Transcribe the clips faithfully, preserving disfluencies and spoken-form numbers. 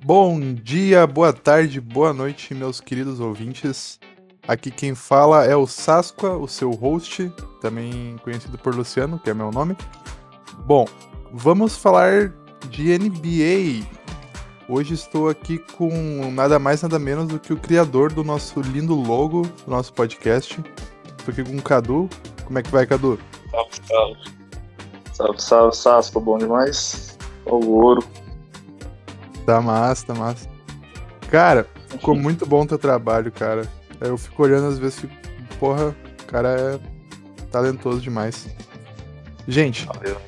Bom dia, boa tarde, boa noite, meus queridos ouvintes. Aqui quem fala é o Sasqua, o seu host, também conhecido por Luciano, que é meu nome. Bom, vamos falar de N B A. Hoje estou aqui com nada mais, nada menos do que o criador do nosso lindo logo do nosso podcast. Estou aqui com o Cadu. Como é que vai, Cadu? Salve, salve. Salve, salve, Sasco, bom demais. Ó o ouro. Tá massa, tá massa. Cara, ficou muito bom o teu trabalho, cara. Eu fico olhando às vezes e fico, porra, o cara é talentoso demais. Gente, Valeu.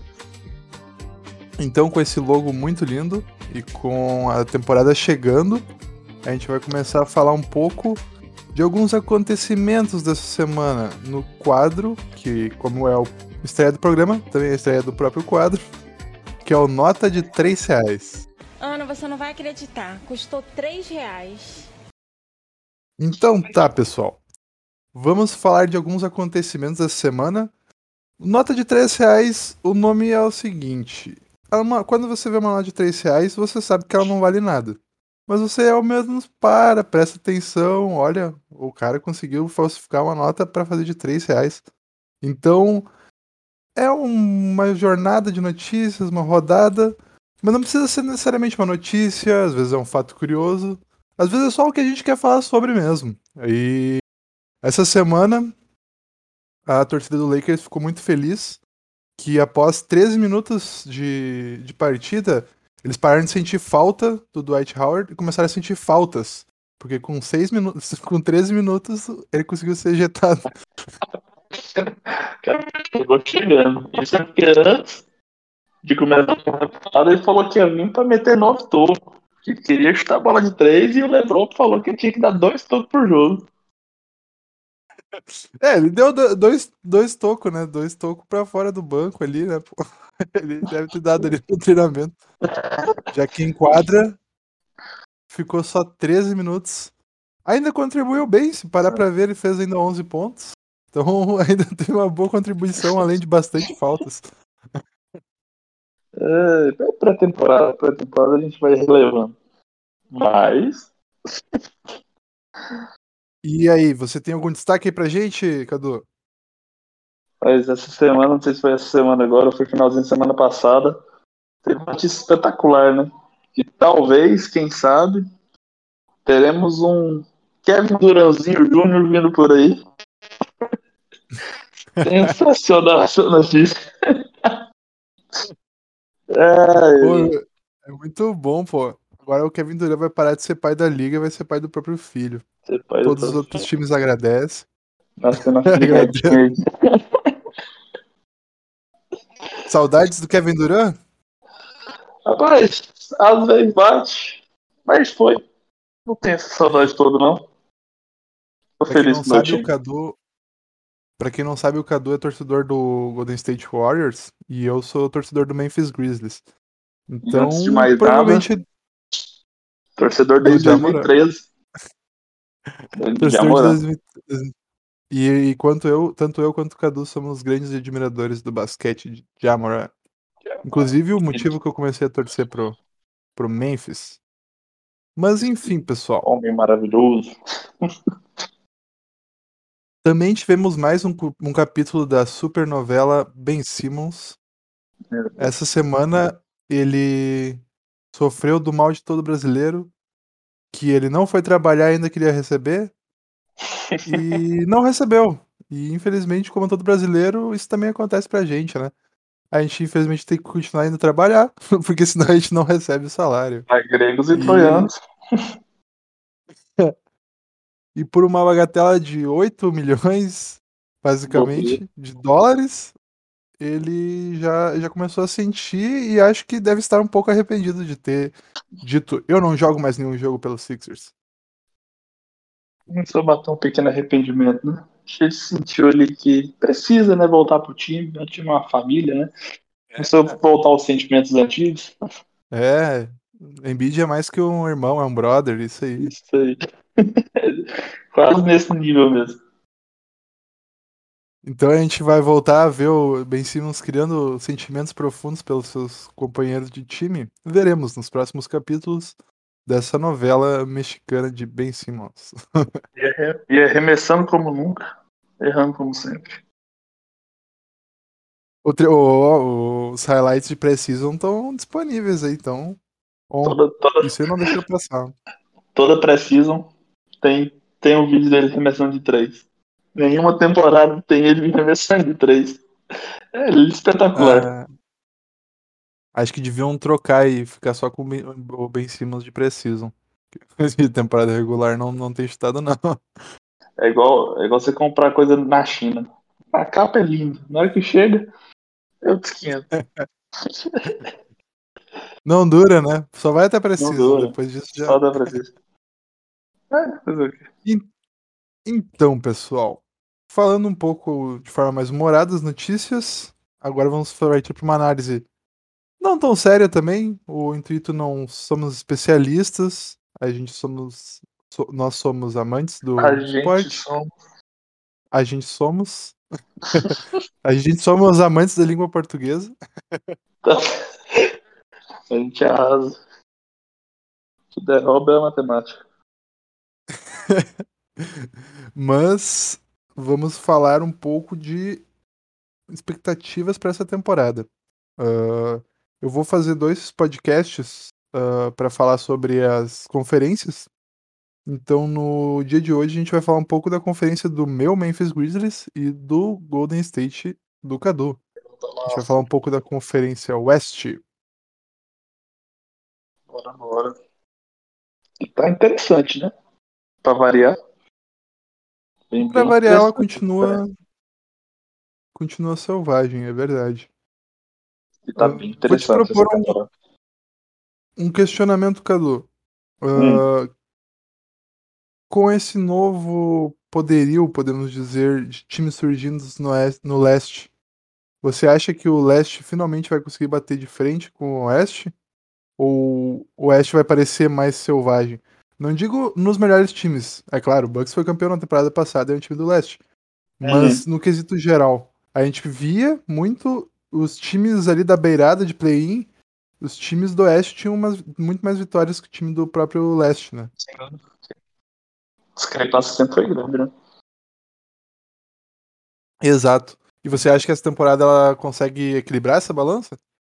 então com esse logo muito lindo e com a temporada chegando, a gente vai começar a falar um pouco de alguns acontecimentos dessa semana no quadro, que como é a estreia do programa, também é a estreia do próprio quadro, que é o Nota de três reais. Ana, você não vai acreditar. Custou três reais. Então tá, pessoal. Vamos falar de alguns acontecimentos dessa semana. Nota de três reais, o nome é o seguinte. É uma- quando você vê uma nota de três reais, você sabe que ela não vale nada. Mas você ao menos para, presta atenção. Olha, o cara conseguiu falsificar uma nota para fazer de três reais. Então, é uma jornada de notícias, uma rodada. Mas não precisa ser necessariamente uma notícia, às vezes é um fato curioso. Às vezes é só o que a gente quer falar sobre mesmo. E essa semana, a torcida do Lakers ficou muito feliz que após treze minutos de, de partida, eles pararam de sentir falta do Dwight Howard e começaram a sentir faltas. Porque com seis minutos, com treze minutos, ele conseguiu ser ejetado. Cara, chegou chegando. Isso é porque antes de começar a temporada, ele falou que ia vir pra meter nove tocos. Que queria chutar a bola de três e o LeBron falou que tinha que dar dois tocos por jogo. É, ele deu do- dois, dois tocos, né? Dois tocos pra fora do banco ali, né? Pô, ele deve ter dado ali no treinamento. Já que em quadra, ficou só treze minutos. Ainda contribuiu bem, se parar pra ver, ele fez ainda onze pontos. Então ainda teve uma boa contribuição, além de bastante faltas. É, pré-temporada, pré-temporada a gente vai relevando. Mas, E aí, você tem algum destaque aí pra gente, Cadu? mas essa semana, não sei se foi essa semana agora ou foi finalzinho de semana passada, teve uma notícia espetacular, né? Que talvez, quem sabe, teremos um Kevin Durantzinho Júnior vindo por aí. Sensacional essa notícia. Pô, É, é muito bom, pô. Agora o Kevin Durant vai parar de ser pai da liga e vai ser pai do próprio filho. você pai do Todos os outros profissional. times agradecem. Nasceu na filha Agradece. retinha aí. Saudades do Kevin Durant? Rapaz, às vezes bate, mas foi. Não tenho essa saudade toda, não. Tô Pra quem feliz não com o meu sabe, o time. Cadu, Pra quem não sabe, o Cadu é torcedor do Golden State Warriors e eu sou torcedor do Memphis Grizzlies. E antes de Então, mais nada, provavelmente torcedor do desde Ja Morant. dois mil e treze. De Torcedor de Amorã. dois mil e treze. E, e quanto eu, tanto eu quanto o Cadu somos grandes admiradores do basquete de Ja Morant. Inclusive, o motivo que eu comecei a torcer pro, pro Memphis. Mas enfim, pessoal. Homem maravilhoso. Também tivemos mais um, cu- um capítulo da supernovela Ben Simmons. Essa semana ele sofreu do mal de todo brasileiro, que ele não foi trabalhar e ainda queria receber, e não recebeu. E infelizmente, como todo brasileiro, isso também acontece pra gente, né? A gente infelizmente tem que continuar indo trabalhar, porque senão a gente não recebe o salário. A gregos e E, troianos. e por uma bagatela de oito milhões, Bobeira. basicamente, de dólares, ele já, já começou a sentir e acho que deve estar um pouco arrependido de ter dito: eu não jogo mais nenhum jogo pelos Sixers. Começou a bater um pequeno arrependimento, né? Acho que ele sentiu ali que precisa, né, voltar pro time. O time é uma família, né? Começou a voltar aos sentimentos antigos. É, Embiid é mais que um irmão, é um brother, isso aí. Isso aí. Quase nesse nível mesmo. Então a gente vai voltar a ver o Ben Simmons criando sentimentos profundos pelos seus companheiros de time. Veremos nos próximos capítulos. dessa novela mexicana de Ben Simmons. E arre- e arremessando como nunca, errando como sempre. O tre- o- os highlights de Precision estão disponíveis aí, então. Bom, Toda, toda, isso eu não deixei passar. toda pré-season tem, tem um vídeo dele arremessando de três. Nenhuma temporada tem ele arremessando de três. É ele é espetacular. Ah, acho que deviam trocar e ficar só com o Ben o Ben Simmons de Precision. De temporada regular não, não tem chutado, não. É igual, é igual você comprar coisa na China. A capa é linda. Na hora que chega, é outros quinhentos. Não dura, né? Só vai até Não Precision. dura. Depois disso já. Só dá pra ver. É, fazer o quê? En- Então, pessoal, falando um pouco de forma mais humorada das notícias, agora vamos partir para uma análise não tão séria também. O intuito não somos especialistas, a gente somos. so- nós somos amantes A do gente esporte. só. A gente somos. A gente somos amantes da língua portuguesa. A gente arrasa. Que derruba é a matemática. Mas vamos falar um pouco de expectativas para essa temporada. Ah, eu vou fazer dois podcasts para falar sobre as conferências. Então, no dia de hoje, a gente vai falar um pouco da conferência do meu Memphis Grizzlies e do Golden State do Cadu. A gente vai falar Nossa, um pouco da conferência West. bora, bora. E tá interessante, né? Pra variar. Bem, Para bem variar, ela interessante. continua, continua selvagem, é verdade. E tá Ah, bem vou te interessante essa propor um, temporada. um questionamento, Cadu. Hum, Ah, com esse novo poderio, podemos dizer, de times surgindo no, oeste- no leste, você acha que o leste finalmente vai conseguir bater de frente com o oeste? Ou o oeste vai parecer mais selvagem? Não digo nos melhores times. É claro, o Bucks foi campeão na temporada passada, é um time do leste. Mas uhum. no quesito geral, a gente via muito os times ali da beirada de play-in, os times do oeste tinham umas, muito mais vitórias que o time do próprio leste, né? Sim. A discrepância sempre foi grande, né? Exato. E você acha que essa temporada ela consegue equilibrar essa balança?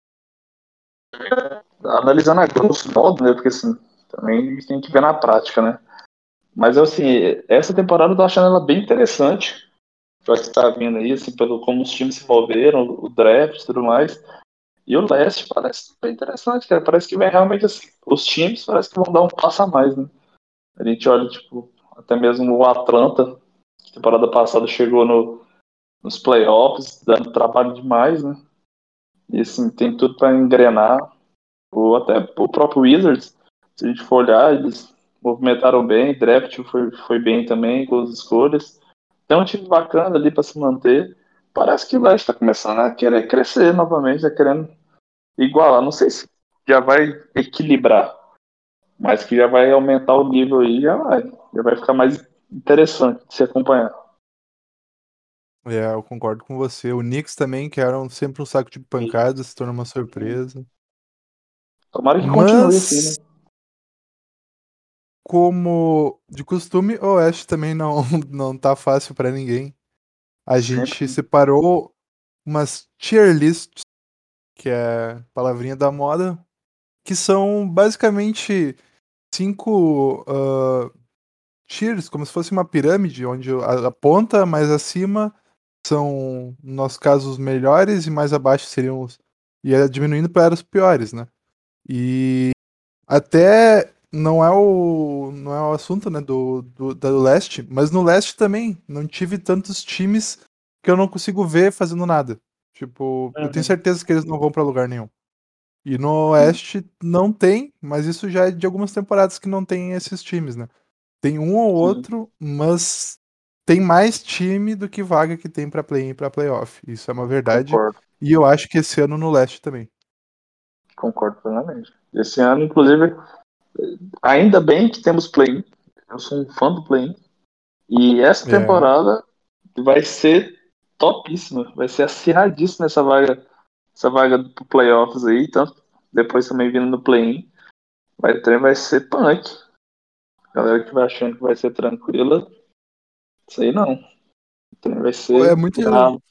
Analisando a grosso modo, né? Porque assim, também tem que ver na prática, né? Mas assim, essa temporada eu tô achando ela bem interessante. Já que tá vendo aí, assim, pelo como os times se moveram, o draft e tudo mais. E o leste parece bem interessante, cara. Parece que vai realmente assim, os times parece que vão dar um passo a mais, né? A gente olha, tipo, até mesmo o Atlanta, que temporada passada chegou no, nos playoffs, dando trabalho demais, né? E assim, tem tudo para engrenar. Ou até o próprio Wizards, se a gente for olhar, eles movimentaram bem, draft foi, foi bem também com as escolhas. Tem um time bacana ali para se manter. Parece que o Leste está começando a querer crescer novamente, está querendo igualar. Não sei se já vai equilibrar, mas que já vai aumentar o nível aí, já vai. Já vai ficar mais interessante de se acompanhar. É, eu concordo com você. O Knicks também, que era um- sempre um saco de pancadas, se tornou uma surpresa. Tomara que continue assim, né? Mas, como de costume, o Oeste também não, não tá fácil pra ninguém. A gente Sempre. separou umas tier lists, que é a palavrinha da moda, que são basicamente cinco ah, tiers, como se fosse uma pirâmide, onde a, a ponta mais acima são, no nosso caso, os melhores e mais abaixo seriam os. E é diminuindo para os piores, né? E até não é o, não é o assunto, né, do, do, da do leste, mas no leste também não tive tantos times que eu não consigo ver fazendo nada. Tipo, eu tenho Uhum. certeza que eles não vão pra lugar nenhum. E no Sim. oeste não tem, mas isso já é de algumas temporadas que não tem esses times, né? Tem um ou Sim. outro, mas tem mais time do que vaga que tem pra play-in e pra playoff. Isso é uma verdade. Concordo. E eu acho que esse ano no leste também. Concordo plenamente. Esse ano, inclusive, ainda bem que temos play-in. Eu sou um fã do play-in. E essa É, temporada vai ser topíssima. Vai ser acirradíssima essa vaga, essa vaga pro playoffs aí. Tanto depois também vindo no play-in. Mas o trem vai ser punk. Galera que vai achando que vai ser tranquila, sei não. O trem vai Pô, é ser muito. bravo.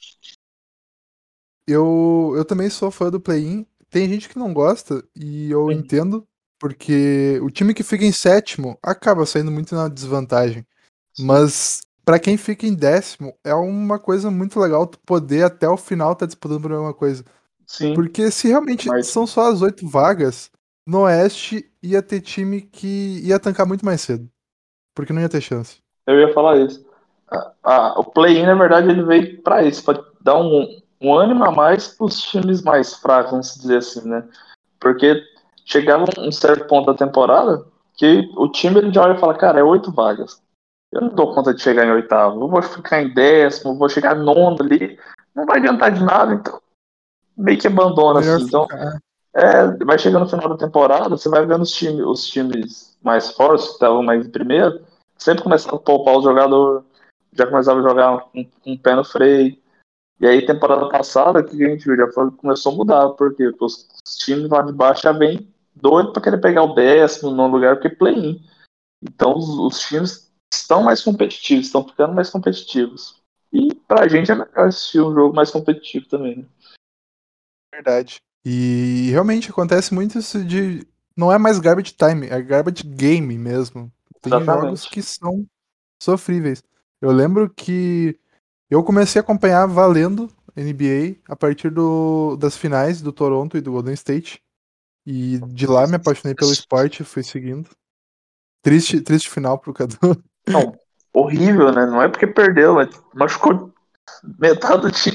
Eu, eu também sou fã do play-in. Tem gente que não gosta, e eu Sim. entendo, porque o time que fica em sétimo acaba saindo muito na desvantagem. Mas pra quem fica em décimo, é uma coisa muito legal tu poder até o final estar disputando por alguma coisa. Sim. Porque se realmente Mas são só as oito vagas, no Oeste ia ter time que ia tancar muito mais cedo. Porque não ia ter chance. eu ia falar isso. Ah, ah, o play-in, na verdade, ele veio pra isso, pra dar um, um ânimo a mais pros times mais fracos, vamos dizer assim, né? Porque chegava um certo ponto da temporada que o time ele já olha e fala, cara, é oito vagas. Eu não dou conta de chegar em oitavo, eu vou ficar em décimo, vou chegar nono ali, não vai adiantar de nada, então meio que abandona, Melhor assim. Então, ficar. é, vai chegando no final da temporada, você vai vendo os times, os times mais fortes, que estavam mais em primeiro, sempre começava a poupar o jogador, já começava a jogar com um, um pé no freio. E aí, temporada passada, o que a gente viu? Já foi, começou a mudar, porque os, os times lá de baixo já vem doido para querer pegar o décimo, nono lugar, porque play-in. Então, os, os times estão mais competitivos, estão ficando mais competitivos. E pra gente é melhor assistir um jogo mais competitivo também, né? Verdade. E realmente acontece muito isso de. Não é mais garbage time, é garbage game mesmo. Tem jogos Exatamente. que são sofríveis. Eu lembro que eu comecei a acompanhar valendo N B A a a partir do, das finais do Toronto e do Golden State. E de lá me apaixonei pelo esporte, fui seguindo. Triste, triste final pro Cadu. Não, horrível, né? Não é porque perdeu, mas machucou metade do time.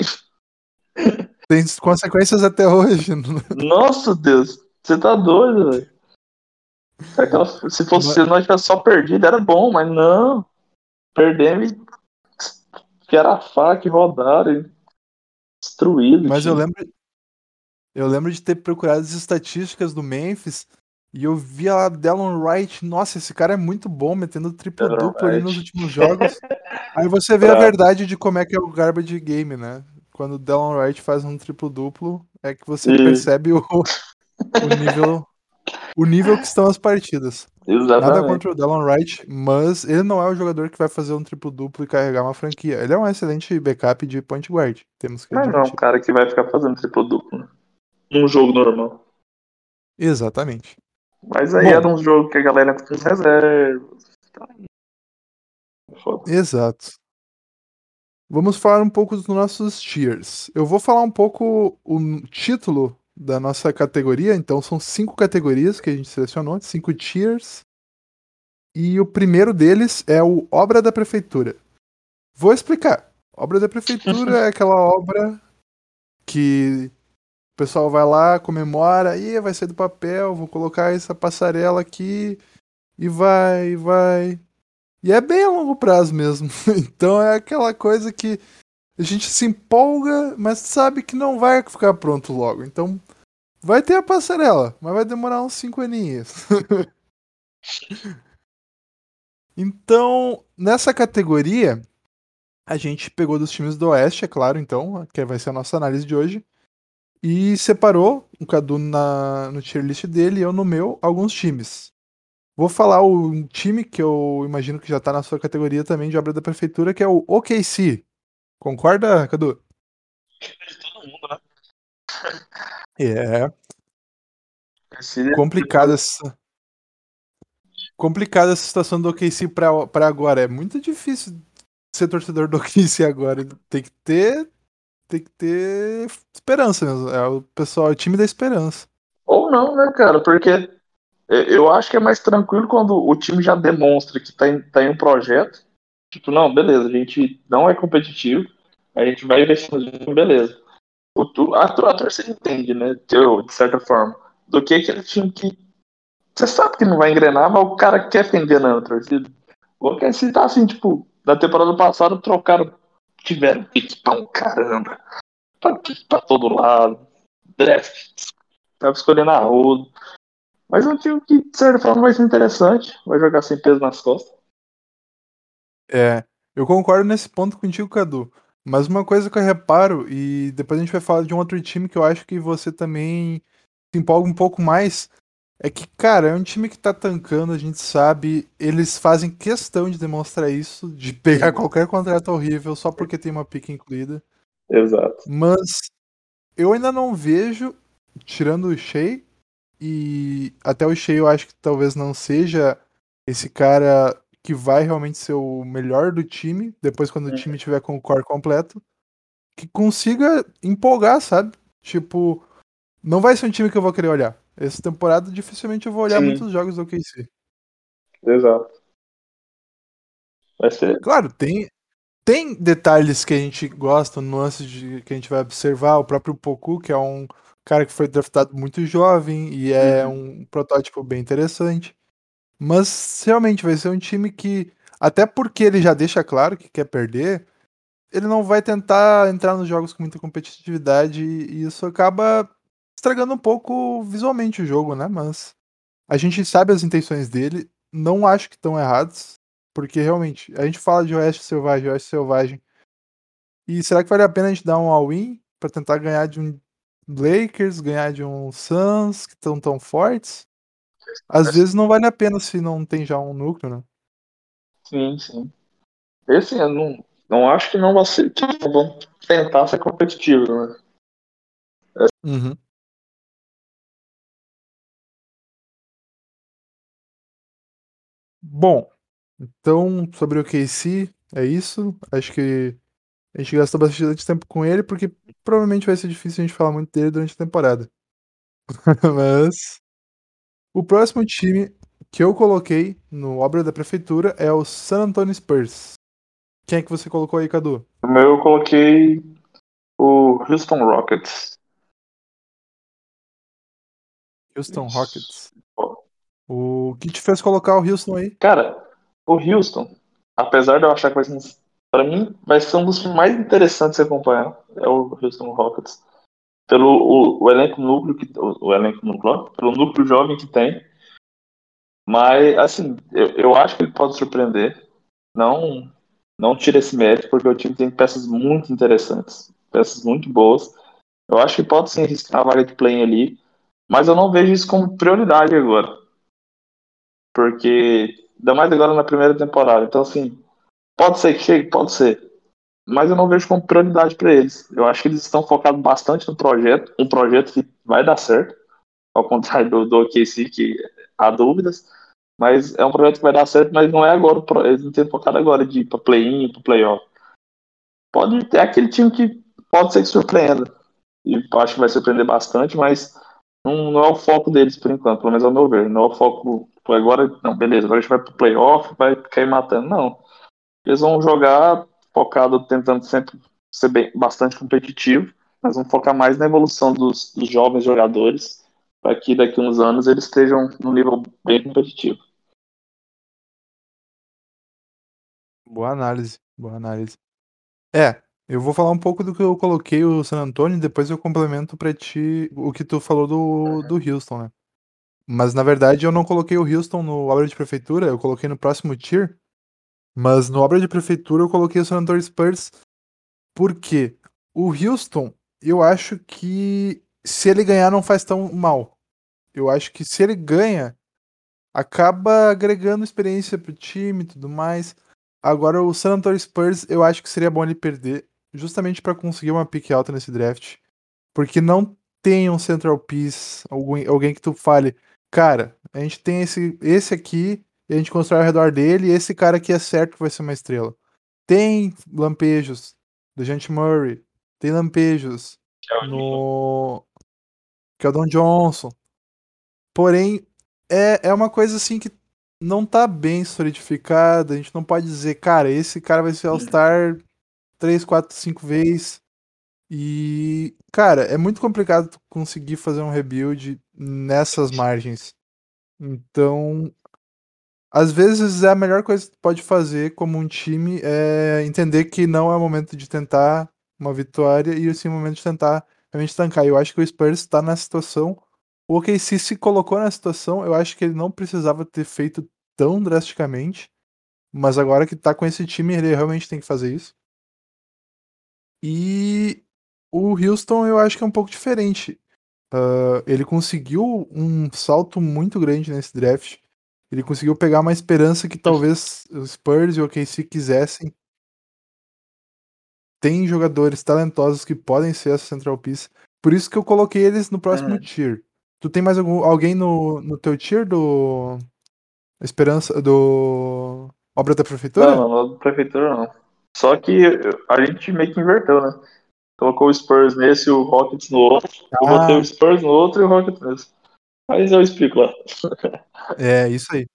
Tem consequências até hoje. Nossa, Deus. Você tá doido, velho. Aquela- Se fosse Ma- se nós tivesse só perdido, era bom, mas não. Perdemos e que era a faca e rodaram e destruído o Mas eu time. lembro, eu lembro de ter procurado as estatísticas do Memphis e eu via lá Delon Wright. Nossa, esse cara é muito bom, metendo Era triplo-duplo ali right. nos últimos jogos. Aí você vê a Bravo. verdade de como é que é o garbage game, né? Quando o Delon Wright faz um triplo-duplo, é que você E, percebe o, o nível o nível que estão as partidas. Nada exatamente. contra o Delon Wright, mas ele não é o jogador que vai fazer um triplo-duplo e carregar uma franquia. Ele é um excelente backup de point guard, temos que Mas não é um admitir. cara que vai ficar fazendo triplo duplo, né? Num jogo normal. Exatamente. Mas aí era Bom, um jogo que a galera entra com as reservas. Tá foda. exato. Vamos falar um pouco dos nossos tiers. Eu vou falar um pouco o título da nossa categoria, então são cinco categorias que a gente selecionou, cinco tiers. E o primeiro deles é o Obra da Prefeitura. Vou explicar. Obra da Prefeitura é aquela obra que o pessoal vai lá, comemora, e vai sair do papel, vou colocar essa passarela aqui, e vai, vai. E é bem a longo prazo mesmo. Então é aquela coisa que a gente se empolga, mas sabe que não vai ficar pronto logo. Então vai ter a passarela, mas vai demorar uns cinco aninhos. Então, nessa categoria, a gente pegou dos times do Oeste, é claro, então, que vai ser a nossa análise de hoje. E separou o Cadu na, no tier list dele e eu no meu, alguns times. Vou falar o time que eu imagino que já tá na sua categoria também de obra da prefeitura, que é o O K C. Concorda, Cadu? Todo mundo, né? É Seria complicada essa, complicada essa situação do O K C pra, pra agora. É muito difícil ser torcedor do O K C agora. Tem que ter, tem que ter esperança mesmo. É o pessoal, é o time da esperança. ou não, né, cara? Porque é, eu acho que é mais tranquilo quando o time já demonstra que tá em, tá em um projeto. Tipo, não, beleza, a gente não é competitivo, a gente vai investir no time, beleza. O, tu- a, a torcida entende, né? Eu, de certa forma. Do que aquele time que você sabe que não vai engrenar, mas o cara quer ficar enganando a torcida. Porque se tá assim, tipo, na temporada passada trocaram, tiveram pique pra um caramba, pra, pra todo lado, draft, tava escolhendo a rodo. Mas é um time que, de certa forma, vai ser interessante, vai jogar sem peso nas costas. É, eu concordo nesse ponto contigo, Cadu. Mas uma coisa que eu reparo, e depois a gente vai falar de um outro time que eu acho que você também se empolga um pouco mais, É que, cara, é um time que tá tancando, a gente sabe. Eles fazem questão de demonstrar isso, de pegar Sim, qualquer contrato horrível só porque tem uma pique incluída. exato. Mas eu ainda não vejo, tirando o Shea, e até o Shea eu acho que talvez não seja esse cara que vai realmente ser o melhor do time, depois quando o time Uhum. tiver com o core completo, que consiga empolgar, sabe? Tipo, não vai ser um time que eu vou querer olhar. Essa temporada dificilmente eu vou olhar Sim, muitos jogos do O K C. exato. Vai ser. Claro, tem, tem detalhes que a gente gosta, nuances de, que a gente vai observar. O próprio Poku, que é um cara que foi draftado muito jovem e é Uhum. um protótipo bem interessante. Mas realmente vai ser um time que, até porque ele já deixa claro que quer perder, ele não vai tentar entrar nos jogos com muita competitividade e isso acaba estragando um pouco visualmente o jogo, né? Mas a gente sabe as intenções dele, não acho que estão erradas, porque realmente a gente fala de Oeste Selvagem, Oeste Selvagem, e será que vale a pena a gente dar um all-in pra tentar ganhar de um Lakers, ganhar de um Suns que estão tão fortes? Às vezes não vale a pena se não tem já um núcleo, né? Sim, sim. Esse eu não, não acho que não vai ser. Tipo, vão tentar ser competitivo, né? Uhum. Bom, então sobre o K C, é isso. Acho que a gente gastou bastante tempo com ele, porque provavelmente vai ser difícil a gente falar muito dele durante a temporada. Mas o próximo time que eu coloquei no Obra da Prefeitura é o San Antonio Spurs. Quem é que você colocou aí, Cadu? O meu eu coloquei o Houston Rockets. Houston Isso. Rockets. O que te fez colocar o Houston aí? Cara, o Houston, apesar de eu achar que vai ser, um- pra mim, vai ser um dos times mais interessantes de se acompanhar, é o Houston Rockets. Pelo o, o elenco núcleo que o, o elenco núcleo, ó, pelo núcleo jovem que tem, mas assim, eu, eu acho que ele pode surpreender. Não, não tira esse mérito porque o time tem peças muito interessantes, peças muito boas. Eu acho que pode sim arriscar a vaga de play ali, mas eu não vejo isso como prioridade agora, porque ainda mais agora na primeira temporada. Então assim, pode ser que chegue, pode ser. Mas eu não vejo como prioridade para eles. Eu acho que eles estão focados bastante no projeto, um projeto que vai dar certo, ao contrário do, do O K C, que há dúvidas. Mas é um projeto que vai dar certo, mas não é agora. Eles não têm focado agora de ir para play-in, para play-off. Pode ter aquele time que pode ser que surpreenda. E eu acho que vai surpreender bastante, mas não, não é o foco deles por enquanto, pelo menos ao meu ver. Não é o foco. Pô, agora, não, beleza, agora a gente vai para playoff, vai cair matando. Não. Eles vão jogar focado, tentando sempre ser bem, bastante competitivo, mas vão focar mais na evolução dos, dos jovens jogadores, para que daqui a uns anos eles estejam num nível bem competitivo. Boa análise, boa análise. É, eu vou falar um pouco do que eu coloquei o San Antonio, depois eu complemento pra ti o que tu falou do, do Uhum. Houston, né? Mas na verdade eu não coloquei o Houston no obra de prefeitura, eu coloquei no próximo tier, mas no obra de prefeitura eu coloquei o San Antonio Spurs. Por quê? O Houston, eu acho que se ele ganhar não faz tão mal. Eu acho que se ele ganha, acaba agregando experiência pro time e tudo mais. Agora, o San Antonio Spurs, eu acho que seria bom ele perder, justamente para conseguir uma pick alta nesse draft. Porque não tem um central piece, alguém, alguém que tu fale, cara, a gente tem esse, esse aqui, e a gente constrói ao redor dele, e esse cara aqui é certo que vai ser uma estrela. Tem lampejos do Gente Murray, tem lampejos no Keldon Johnson. Porém, é, é uma coisa assim que não tá bem solidificada. A gente não pode dizer, cara, esse cara vai ser All-Star três, quatro, cinco vezes. E, cara, é muito complicado tu conseguir fazer um rebuild nessas margens. Então, às vezes é a melhor coisa que tu pode fazer como um time é entender que não é o momento de tentar uma vitória e sim o momento de tentar realmente tancar. Eu acho que o Spurs está nessa situação. O O K C se colocou nessa situação, eu acho que ele não precisava ter feito tão drasticamente, mas agora que tá com esse time, ele realmente tem que fazer isso. E o Houston eu acho que é um pouco diferente. Uh, ele conseguiu um salto muito grande nesse draft. Ele conseguiu pegar uma esperança que talvez os Spurs e o O K C quisessem. Tem jogadores talentosos que podem ser essa central piece. Por isso que eu coloquei eles no próximo Uhum. tier. Tu tem mais algum, alguém no, no teu tier do Esperança do Obra da Prefeitura? Não, não, da prefeitura não. Só que a gente meio que inverteu, né? Colocou o Spurs nesse e o Rockets no outro. Eu botei Ah, o Spurs no outro e o Rockets nesse. Mas eu explico lá. é isso aí.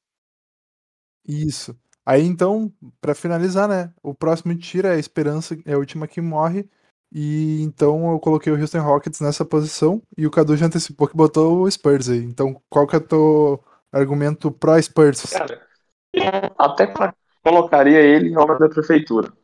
Isso. Aí então, pra finalizar, né? O próximo tier é a Esperança, é a última que morre. E então eu coloquei o Houston Rockets nessa posição. E o Cadu já antecipou que botou o Spurs aí. Então, qual que é o teu argumento pró Spurs? Cara, eu até colo- colocaria ele em obra da prefeitura.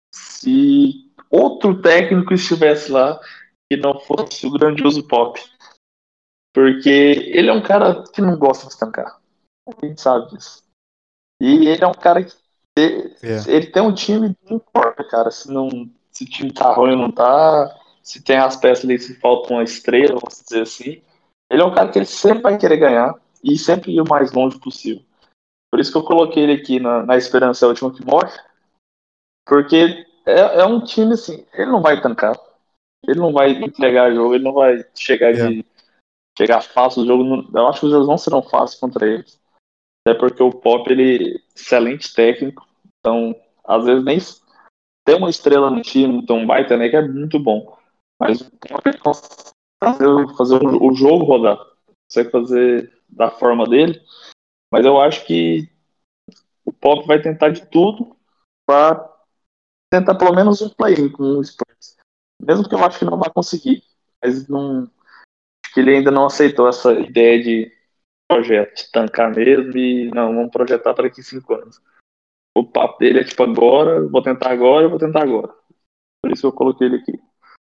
Se outro técnico estivesse lá que não fosse o grandioso Pop. Porque ele é um cara que não gosta de estancar. A gente sabe disso. E ele é um cara que te- É. ele tem um time, não importa, cara, se não, se o time tá ruim ou não tá, se tem as peças ali, se falta uma estrela, vamos dizer assim. Ele é um cara que ele sempre vai querer ganhar e sempre ir o mais longe possível. Por isso que eu coloquei ele aqui na, na Esperança é a última que morre, porque é, é um time assim, ele não vai tancar, ele não vai entregar jogo, ele não vai chegar É. de chegar fácil o jogo. não- Eu acho que os jogos não serão fáceis contra eles. Até porque o Pop, ele é excelente técnico. Então, às vezes nem ter uma estrela no time, então um baita, né, que é muito bom. Mas o Pop ele consegue fazer, fazer o, o jogo rodar. Consegue fazer da forma dele. Mas eu acho que o Pop vai tentar de tudo para tentar pelo menos um play-in com o Spurs. Mesmo que eu acho que não vai conseguir. Mas não, acho que ele ainda não aceitou essa ideia de projeto, de tancar mesmo e não, vamos projetar para daqui cinco anos. O papo dele é tipo agora, vou tentar agora, vou tentar agora. Por isso eu coloquei ele aqui.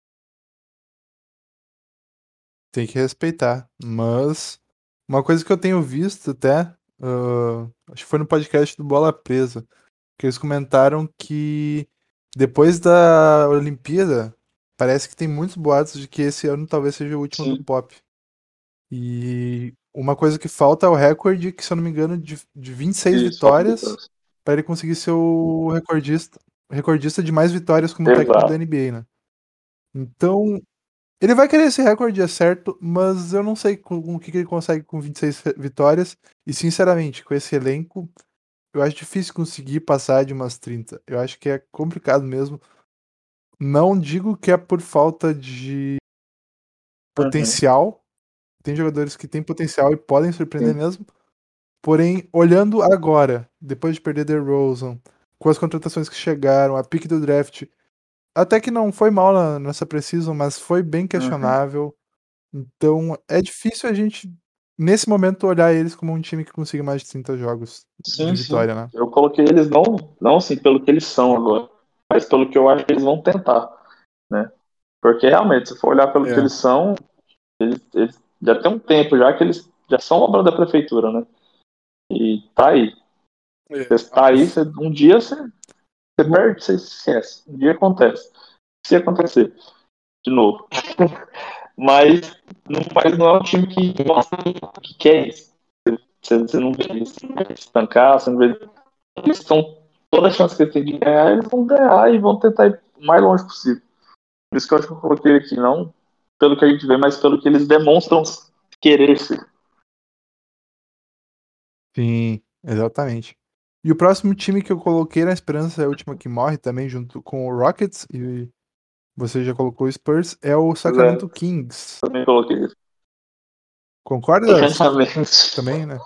Tem que respeitar. Mas uma coisa que eu tenho visto até, ah, acho que foi no podcast do Bola Presa, que eles comentaram que depois da Olimpíada, parece que tem muitos boatos de que esse ano talvez seja o último do Sim, Pop. E uma coisa que falta é o recorde, que se eu não me engano, de, de vinte e seis isso, falta vitórias vitórias. para ele conseguir ser o recordista, recordista de mais vitórias como técnico da Exato. N B A, né? Então, ele vai querer esse recorde, é certo, mas eu não sei com, com o que, que ele consegue com vinte e seis fe- vitórias. E, sinceramente, com esse elenco, eu acho difícil conseguir passar de umas trinta. Eu acho que é complicado mesmo. Não digo que é por falta de Uhum, potencial. Tem jogadores que têm potencial e podem surpreender sim. mesmo. Porém, olhando agora, depois de perder DeRozan, com as contratações que chegaram, a pick do draft, até que não foi mal na, nessa precisão, mas foi bem Uhum. questionável. Então, é difícil a gente, nesse momento, olhar eles como um time que consiga mais de trinta jogos de Sim, sim. vitória, né? Eu coloquei eles não, não assim pelo que eles são agora, mas pelo que eu acho que eles vão tentar, né? Porque realmente, se for olhar pelo que É. eles são, eles, eles já tem um tempo já que eles já são obra da prefeitura, né? E tá aí. É. Você tá aí, você, um dia você, você perde, você esquece. Um dia acontece. Se acontecer de novo. Mas não, mas não é um time que gosta, que quer isso. Você, você não vê eles estancar, você não vê. Eles estão. Toda a chance que eles têm de ganhar, eles vão ganhar e vão tentar ir o mais longe possível. Por isso que eu acho que eu coloquei aqui, não pelo que a gente vê, mas pelo que eles demonstram querer ser. Sim, exatamente. E o próximo time que eu coloquei na esperança é a última que morre também, junto com o Rockets, e você já colocou o Spurs, é o Pois é, Sacramento Kings. também coloquei isso. Concordas? Exatamente. Também, né?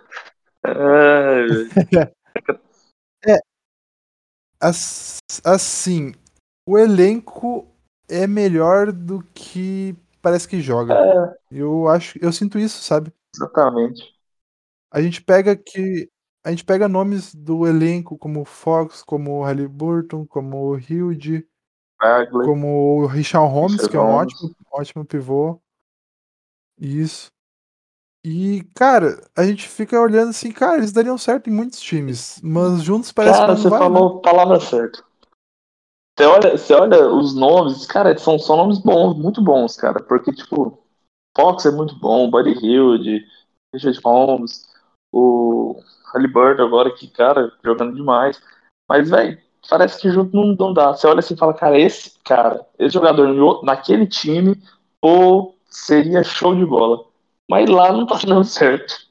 É, É, as- assim, o elenco é melhor do que parece que joga. é, Eu acho, eu sinto isso, sabe? exatamente. A gente pega que a gente pega nomes do elenco como o Fox, como o Haliburton, como o Hilde, Bagley, como o Richard Holmes, Richard que é um Holmes. ótimo, ótimo pivô. Isso. E, cara, a gente fica olhando assim, cara, eles dariam certo em muitos times, mas juntos parece que Cara, não você vai, né? falou a palavra certa. Você olha, você olha os nomes, cara, são só nomes bons, muito bons, cara. Porque, tipo, Fox é muito bom, o Buddy Hield, Richard Holmes, o Halliburton agora, que, cara, jogando demais. Mas, velho, parece que junto não, não dá. Você olha assim e fala, cara, esse cara, esse jogador no- naquele time, pô, seria show de bola. Mas lá não tá dando certo.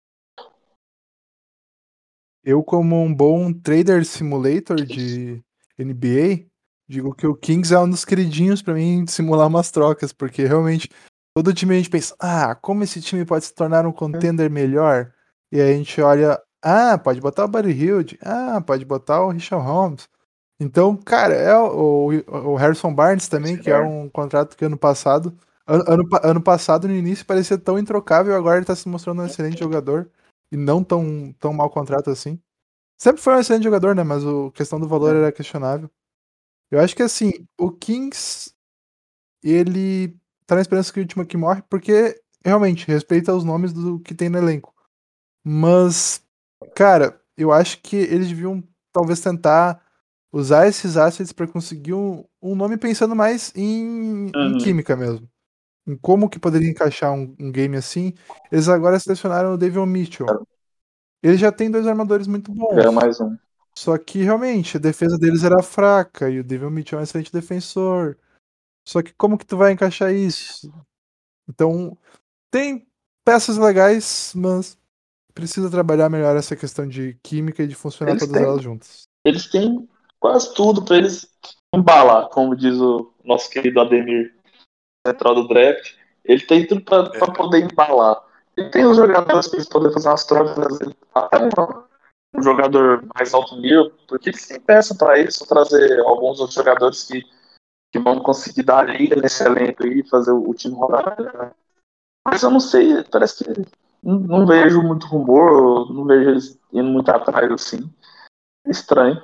Eu, como um bom trader simulator de N B A, digo que o Kings é um dos queridinhos pra mim de simular umas trocas, porque realmente todo time a gente pensa, ah, como esse time pode se tornar um contender melhor? E aí a gente olha, ah, pode botar o Buddy Hield, ah, pode botar o Richard Holmes. Então, cara, é o, o- o Harrison Barnes também, que é um contrato que ano passado, ano, ano, pa- ano passado no início parecia tão introcável, agora ele tá se mostrando um excelente jogador e não tão, tão mau contrato assim. Sempre foi um excelente jogador, né? Mas a questão do valor era questionável. Eu acho que assim, o Kings, ele tá na esperança que o último aqui morre, porque realmente respeita os nomes do que tem no elenco. Mas, cara, eu acho que eles deviam talvez tentar usar esses assets pra conseguir um, um nome pensando mais em, em Uhum. química mesmo. Em como que poderia encaixar um, um game assim. Eles agora selecionaram o Davion Mitchell. Ele já tem dois armadores muito Já é bons. mais um. Só que realmente a defesa deles era fraca e o Devil Mitchell é um excelente defensor. Só que como que tu vai encaixar isso? Então, tem peças legais, mas precisa trabalhar melhor essa questão de química e de funcionar Eles todas elas têm, juntas. eles têm quase tudo pra eles embalar, como diz o nosso querido Ademir, central do draft. Ele tem tudo pra, pra É. poder embalar. Ele tem os jogadores pra eles poderem fazer umas trocas, até um, um jogador mais alto nível, porque eles têm peça pra isso, trazer alguns outros jogadores que, que vão conseguir dar a liga nesse elenco aí, fazer o, o time rodar. Né? Mas eu não sei, parece que não, não vejo muito rumor, não vejo eles indo muito atrás assim. Estranho.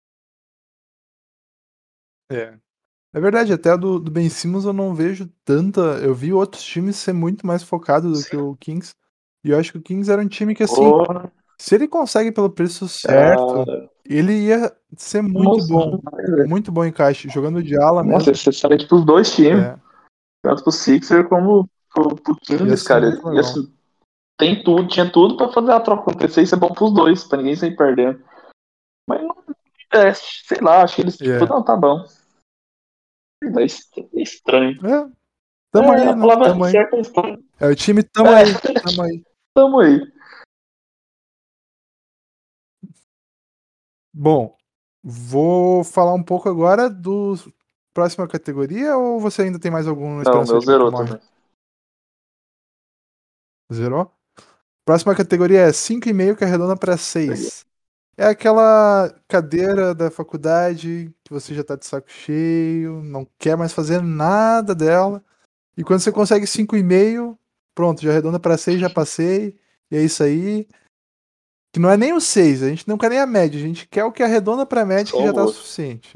É. É verdade, até a do, do Ben Simmons eu não vejo tanta. Eu vi outros times ser muito mais focado do que Sim. o Kings. E eu acho que o Kings era um time que, assim, Porra, se ele consegue pelo preço certo, era ele ia ser muito emoção bom. demais, velho. Muito bom encaixe. Jogando de ala Nossa, mesmo. esse excelente pros dois times, É, tanto pro Sixer como pro, pro ia Kings, ser cara. muito E legal. assim, tem tudo, tinha tudo pra fazer a troca acontecer e ser bom pros dois, pra ninguém sair perdendo. Mas não, é, sei lá, acho que eles, tipo, É. não, tá bom. É estranho. É, tamo É, aí, a né? palavra Tamo aí. certa é estranho. É o time, tamo É, aí. Tamo aí. tamo aí. Bom, vou falar um pouco agora do próxima categoria ou você ainda tem mais alguma Não, esperança do meu último que zerou morre? também. Zerou? Próxima categoria é cinco e meio que arredonda para seis. É aquela cadeira da faculdade que você já tá de saco cheio, não quer mais fazer nada dela. E quando você consegue cinco e meio, pronto, já arredonda para seis, já passei. E é isso aí. Que não é nem o seis, a gente não quer nem a média, a gente quer o que arredonda pra média Só que já o tá gosto. suficiente.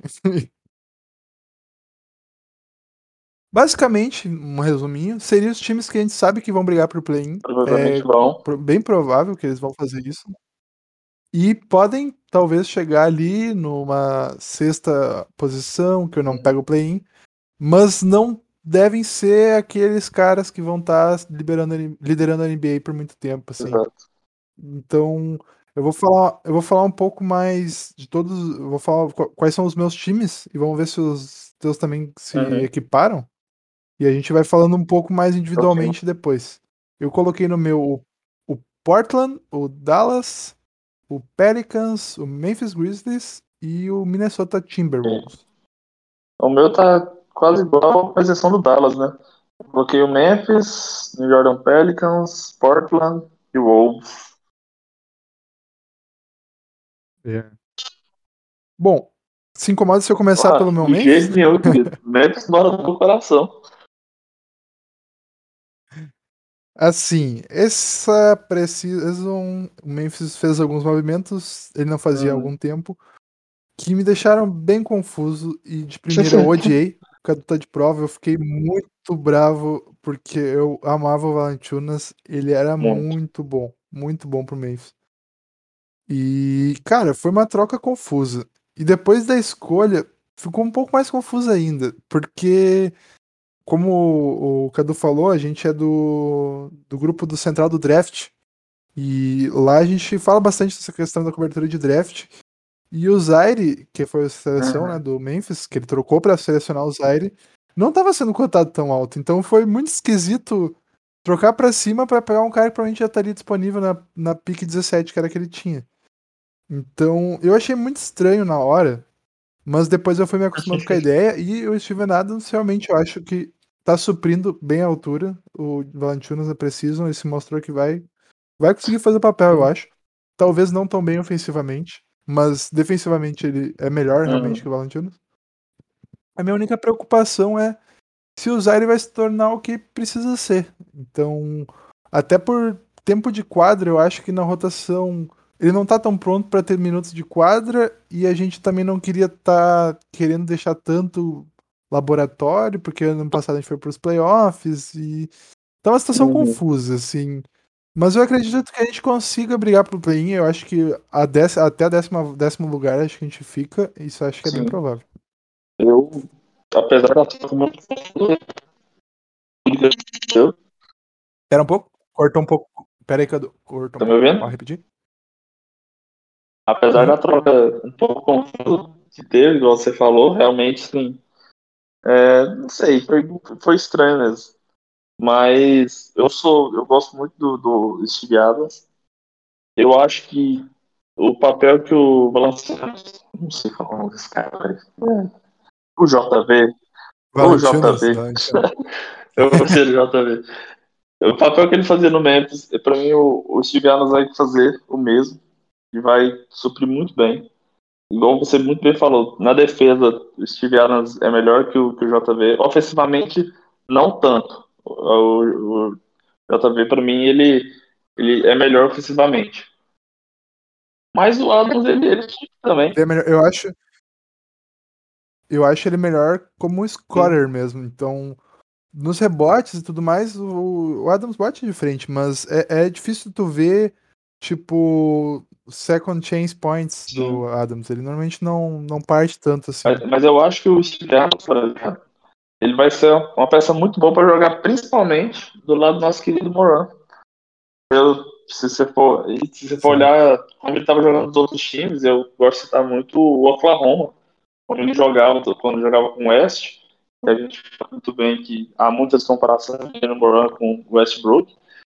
Basicamente, um resuminho, seriam os times que a gente sabe que vão brigar pro play-in. Provavelmente É vão. pro- bem provável que eles vão fazer isso. E podem, talvez, chegar ali numa sexta posição, que eu não pego o play-in, mas não devem ser aqueles caras que vão estar liberando, liderando a N B A por muito tempo, assim. Exato. Então, eu vou falar, eu vou falar um pouco mais de todos, eu vou falar qu- quais são os meus times e vamos ver se os teus também se Uhum. equiparam. E a gente vai falando um pouco mais Ok. individualmente depois. Eu coloquei no meu o, o Portland, o Dallas, o Pelicans, o Memphis Grizzlies e o Minnesota Timberwolves. O meu tá quase igual, com exceção do Dallas, né? Coloquei o Memphis, New Jordan Pelicans, Portland e Wolves. É. Bom, se incomoda se eu começar pelo Ah, meu de Memphis? jeito nenhum, querido. Memphis mora no meu coração. Assim, essa precisa. Um, o Memphis fez alguns movimentos, ele não fazia há Uhum. algum tempo, que me deixaram bem confuso e de primeira eu odiei. Quando tá de prova, eu fiquei muito bravo porque eu amava o Valanciunas, ele era Muito. muito bom, muito bom pro Memphis. E, cara, foi uma troca confusa. E depois da escolha, ficou um pouco mais confusa ainda, porque como o, o Cadu falou, a gente é do, do grupo do Central do Draft. E lá a gente fala bastante dessa questão da cobertura de draft. E o Zaire, que foi a seleção, Uhum. né, do Memphis, que ele trocou pra selecionar o Zaire, não tava sendo cotado tão alto. Então foi muito esquisito trocar pra cima pra pegar um cara que provavelmente já estaria disponível na, na pick dezessete, que era que ele tinha. Então eu achei muito estranho na hora, mas depois eu fui me acostumando com a ideia. E o Steven Adams realmente eu acho que tá suprindo bem a altura. O Valanciunas é preciso, ele se mostrou que vai, vai conseguir fazer o papel, eu acho. Talvez não tão bem ofensivamente, mas defensivamente ele é melhor realmente que Uhum. o Valanciunas. A minha única preocupação é se o Zaire vai se tornar o que precisa ser. Então, até por tempo de quadra, eu acho que na rotação ele não tá tão pronto para ter minutos de quadra e a gente também não queria estar tá querendo deixar tanto laboratório, porque ano passado a gente foi para os playoffs e tá uma situação Uhum. confusa, assim. Mas eu acredito que a gente consiga brigar pro play-in. Eu acho que a dec- até a décima, décimo lugar acho que a gente fica. Isso eu acho que é bem Sim. provável. Eu, apesar da troca muito eu, Espera um pouco. Cortou um pouco. Pera aí, Cadu. Cortou um tá me pouco. ouvindo? Pode repetir? Apesar Uhum. da troca um pouco confusa que teve, igual você falou, realmente sim. É, não sei, foi, foi estranho mesmo. Mas eu sou, eu gosto muito do, do Steve Adams. Eu acho que o papel que o Valanciunas, não sei falar o nome desse cara, velho. É, o J V, o Valanciunas, J V, Valanciunas. eu vou ser o J V. O papel que ele fazia no Memphis, pra mim o, o Steve Adams vai fazer o mesmo e vai suprir muito bem. Igual você muito bem falou, na defesa, o Steve Adams é melhor que o, que o J V. Ofensivamente, não tanto. O, o J V, para mim, ele, ele é melhor ofensivamente. Mas o Adams, ele, ele é chique também. Ele é melhor- eu acho, eu acho ele melhor como Sim. scorer mesmo. Então, nos rebotes e tudo mais, o, o Adams bate de frente, mas é, é difícil tu ver, tipo, second chance points Sim. do Adams. Ele normalmente não, não parte tanto assim. Mas, mas eu acho que o Steve Adams, por exemplo, ele vai ser uma peça muito boa para jogar, principalmente do lado do nosso querido Moran. Eu, se você for, e se você for Sim. olhar como ele estava jogando nos outros times, eu gosto de citar muito o Oklahoma. Quando ele jogava, quando jogava com o West, a gente sabe muito bem que há muitas comparações de Moran com o Westbrook.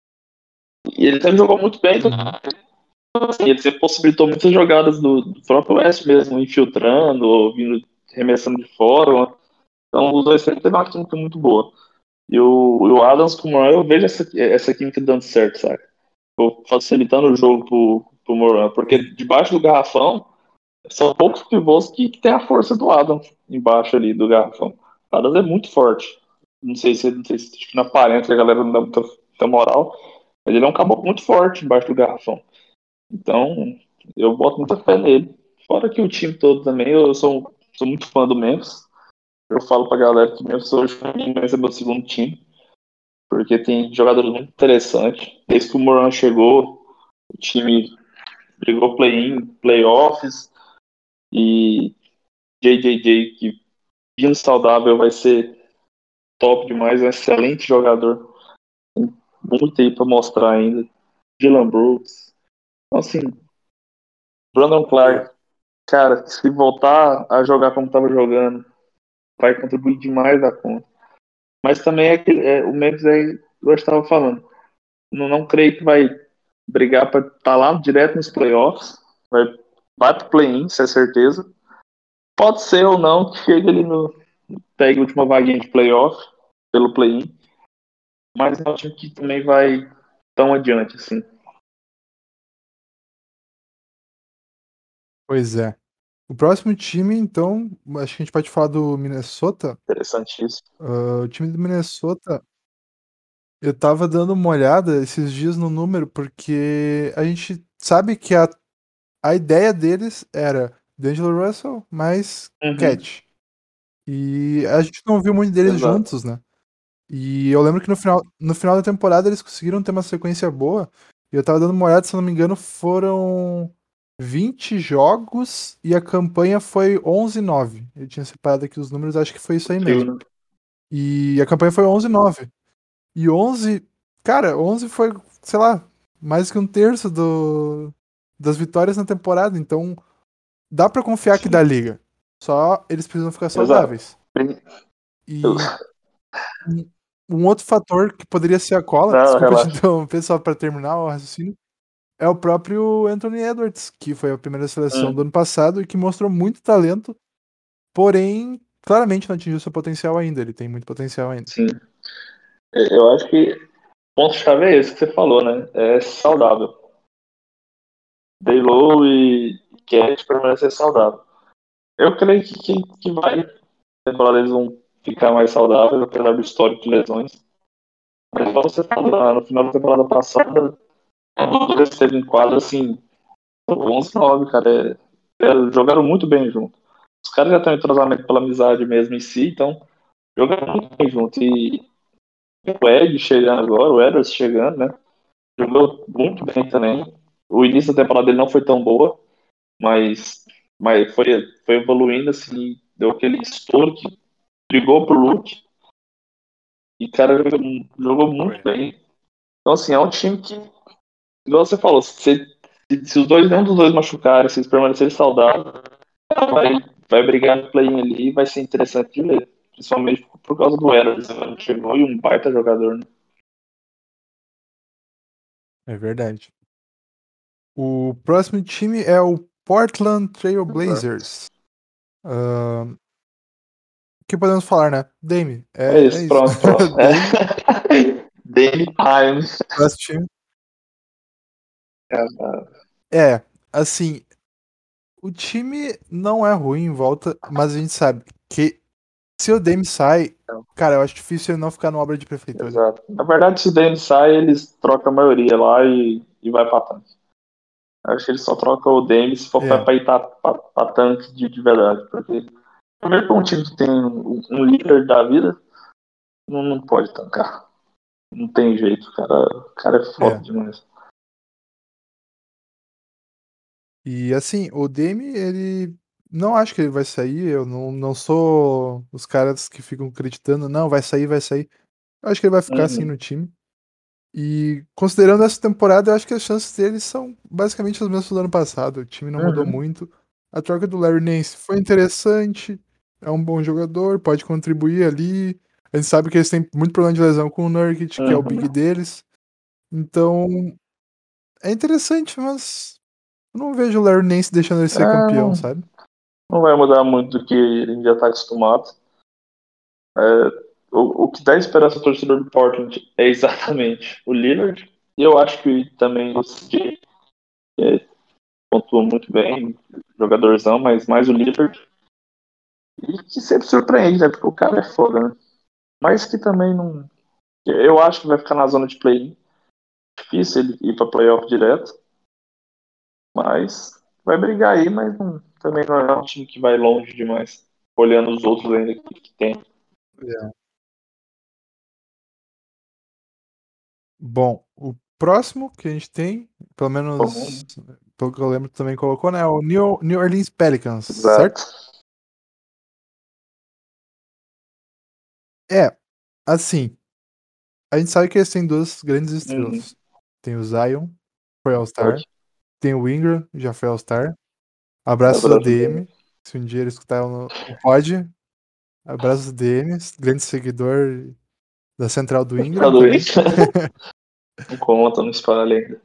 E ele sempre jogou muito bem, então, assim, ele sempre possibilitou muitas jogadas do, do próprio West mesmo, infiltrando, ou vindo remessando de fora. Então os dois sempre teve uma química muito boa. E o, o Adams com o Moran, eu vejo essa, essa química dando certo, sabe? Facilitando o jogo pro, pro Moran, porque debaixo do garrafão são poucos pivôs que, que tem a força do Adams embaixo ali do garrafão. O Adams é muito forte. Não sei se, não sei se acho que na aparência a galera não dá muita, muita moral, mas ele é um caboclo muito forte embaixo do garrafão. Então, eu boto muita fé nele. Fora que o time todo também, eu sou, sou muito fã do Memphis. Eu falo pra galera que o Memphis hoje pra mim vai ser meu segundo time, porque tem jogadores muito interessantes. Desde que o Moran chegou, o time brigou play-in, playoffs, e J J J, que vindo saudável vai ser top demais, é um excelente jogador. Tem muito aí pra mostrar ainda. Dylan Brooks. Então, assim, Brandon Clark, cara, se voltar a jogar como estava jogando, vai contribuir demais da conta. Mas também é que é, o Memphis é, eu estava falando, não, não creio que vai brigar para estar tá lá direto nos playoffs. Vai, vai para o play-in, isso é certeza. Pode ser ou não que chegue ali no. Pegue a última vaguinha de playoff pelo play-in. Mas não é um time que também vai tão adiante assim. Pois é. O próximo time, então, acho que a gente pode falar do Minnesota. Interessantíssimo. Uh, o time do Minnesota, eu tava dando uma olhada esses dias no número, porque a gente sabe que a, a ideia deles era D'Angelo Russell mais Uhum. Cat. E a gente não viu muito deles Exato. juntos, né? E eu lembro que no final, no final da temporada eles conseguiram ter uma sequência boa. E eu tava dando uma olhada, se eu não me engano, foram vinte jogos e a campanha foi onze nove. Eu tinha separado aqui os números, acho que foi isso aí Frio, mesmo. né? E a campanha foi onze nove. E onze, cara, onze foi, sei lá, mais que um terço do, das vitórias na temporada. Então, dá pra confiar que Sim, dá liga. Só eles precisam ficar exato. saudáveis. E um, um outro fator que poderia ser a cola, Não, desculpa te relaxa. interromper só pra terminar o raciocínio, é o próprio Anthony Edwards, que foi a primeira seleção do Hum, ano passado e que mostrou muito talento, porém, claramente não atingiu seu potencial ainda. Ele tem muito potencial ainda. sim. Eu acho que o ponto-chave é esse que você falou, né? É saudável. Daylow e Cat permanecer saudável. Eu creio que, que, que vai. Temporada eles vão ficar mais saudáveis, apesar do histórico de lesões. Mas igual você falou, lá no final da temporada passada, o Lucas esteve em quadra assim, onze nove, cara. É, é, jogaram muito bem junto. Os caras já estão em entrosamento pela amizade mesmo em si, então jogaram muito bem junto. E o Ed chegando agora, o Edwards chegando, né? Jogou muito bem também. O início da temporada dele não foi tão boa, mas, mas foi, foi evoluindo assim, deu aquele estouro que brigou pro Luke. E, cara, jogou, jogou muito Foi. bem. Então, assim, é um time que, igual você falou, se, se, se os dois, nenhum dos dois machucarem, se eles permanecerem saudáveis, vai, vai brigar no play-in ali e vai ser interessante de ver. Principalmente por causa do Edwards, né? Chegou e um baita jogador, né? É verdade. O próximo time é o Portland Trail Exato. Blazers. Ahn, O que podemos falar, né? Dame. É É, é isso, isso. pronto, pronto. É. Dame, Danny Time. próximo time. É, assim, o time não é ruim em volta, mas a gente sabe que se o Dame sai, cara, eu acho difícil ele não ficar no obra de prefeitura. Exato. Na verdade, se o Danny sai, eles trocam a maioria lá e, e vai pra tanque. Acho que eles só trocam o Dame se for pra, É, pra ir pra, pra, pra tanque de, de verdade. Porque, primeiro, que um time que tem um, um líder da vida, não, não pode tancar. Não tem jeito, o cara, o cara é foda é. demais. E assim, o Dame, ele. Não acho que ele vai sair. Eu não, não sou os caras que ficam acreditando, não, vai sair, vai sair. Eu acho que ele vai ficar assim Uhum, no time. E considerando essa temporada, eu acho que as chances dele são basicamente as mesmas do ano passado. O time não mudou uhum, muito. A troca do Larry Nance foi interessante. É um bom jogador, pode contribuir ali. A gente sabe que eles têm muito problema de lesão com o Nurkic, que é o big uhum. deles. Então, é interessante, mas eu não vejo o Larry Nance deixando ele É, ser campeão, não, sabe? não vai mudar muito do que a gente já tá acostumado. É, o, o que dá esperança ao torcedor do Portland é exatamente o Lillard. E eu acho que também o C J é, pontua muito bem, jogadorzão, mas mais o Lillard. E que sempre surpreende, né? Porque o cara é foda, né? Mas que também não. Eu acho que vai ficar na zona de play-in. Difícil ele ir pra playoff direto. Mas vai brigar aí, mas não, também não é um time que vai longe demais. Olhando os outros ainda que, que tem. É. Bom, o próximo que a gente tem, pelo menos Bom, pelo que eu lembro, também colocou, né? É o New, New Orleans Pelicans, certo? exato. É, assim, a gente sabe que eles têm duas grandes Uhum. estrelas. Tem o Zion, foi All-Star. Ok. Tem o Ingram, já foi All-Star. Abraços ao Abraço dele. D M. Se um dia ele escutar o o pod, abraços ao D M, grande seguidor da central do Tá Ingram também. doente. Não conta, não espalha ainda.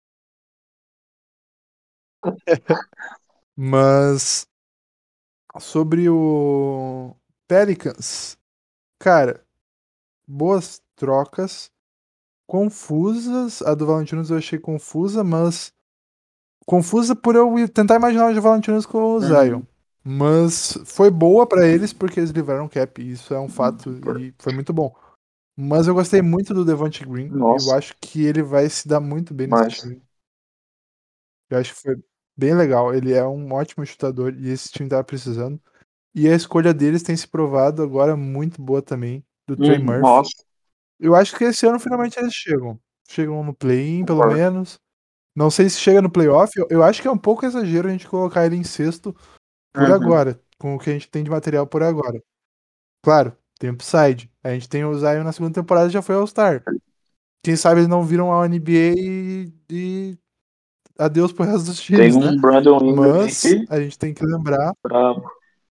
Mas sobre o Pelicans, cara, boas trocas, confusas. A do Valentinos eu achei confusa, mas confusa por eu tentar imaginar o de Valentinos com o Zion. Uhum. Mas foi boa pra eles porque eles livraram o cap. Isso é um fato e foi muito bom. Mas eu gostei muito do Devonte Green e eu Nossa, acho que ele vai se dar muito bem nesse mas. time. Eu acho que foi bem legal. Ele é um ótimo chutador e esse time tava precisando. E a escolha deles tem se provado agora muito boa também, do Trey Uhum. Murphy. Nossa, Eu acho que esse ano finalmente eles chegam. Chegam no play-in, pelo concordo. menos. Não sei se chega no playoff. Eu, eu acho que é um pouco exagero a gente colocar ele em sexto por Uhum. agora, com o que a gente tem de material por agora. Claro, tem upside. A gente tem o Zion na segunda temporada, já foi All-Star. Quem sabe eles não viram ao N B A e, e adeus pro resto dos Tem times, né? um Brandon Ingram Mas aí, a gente tem que lembrar. brabo.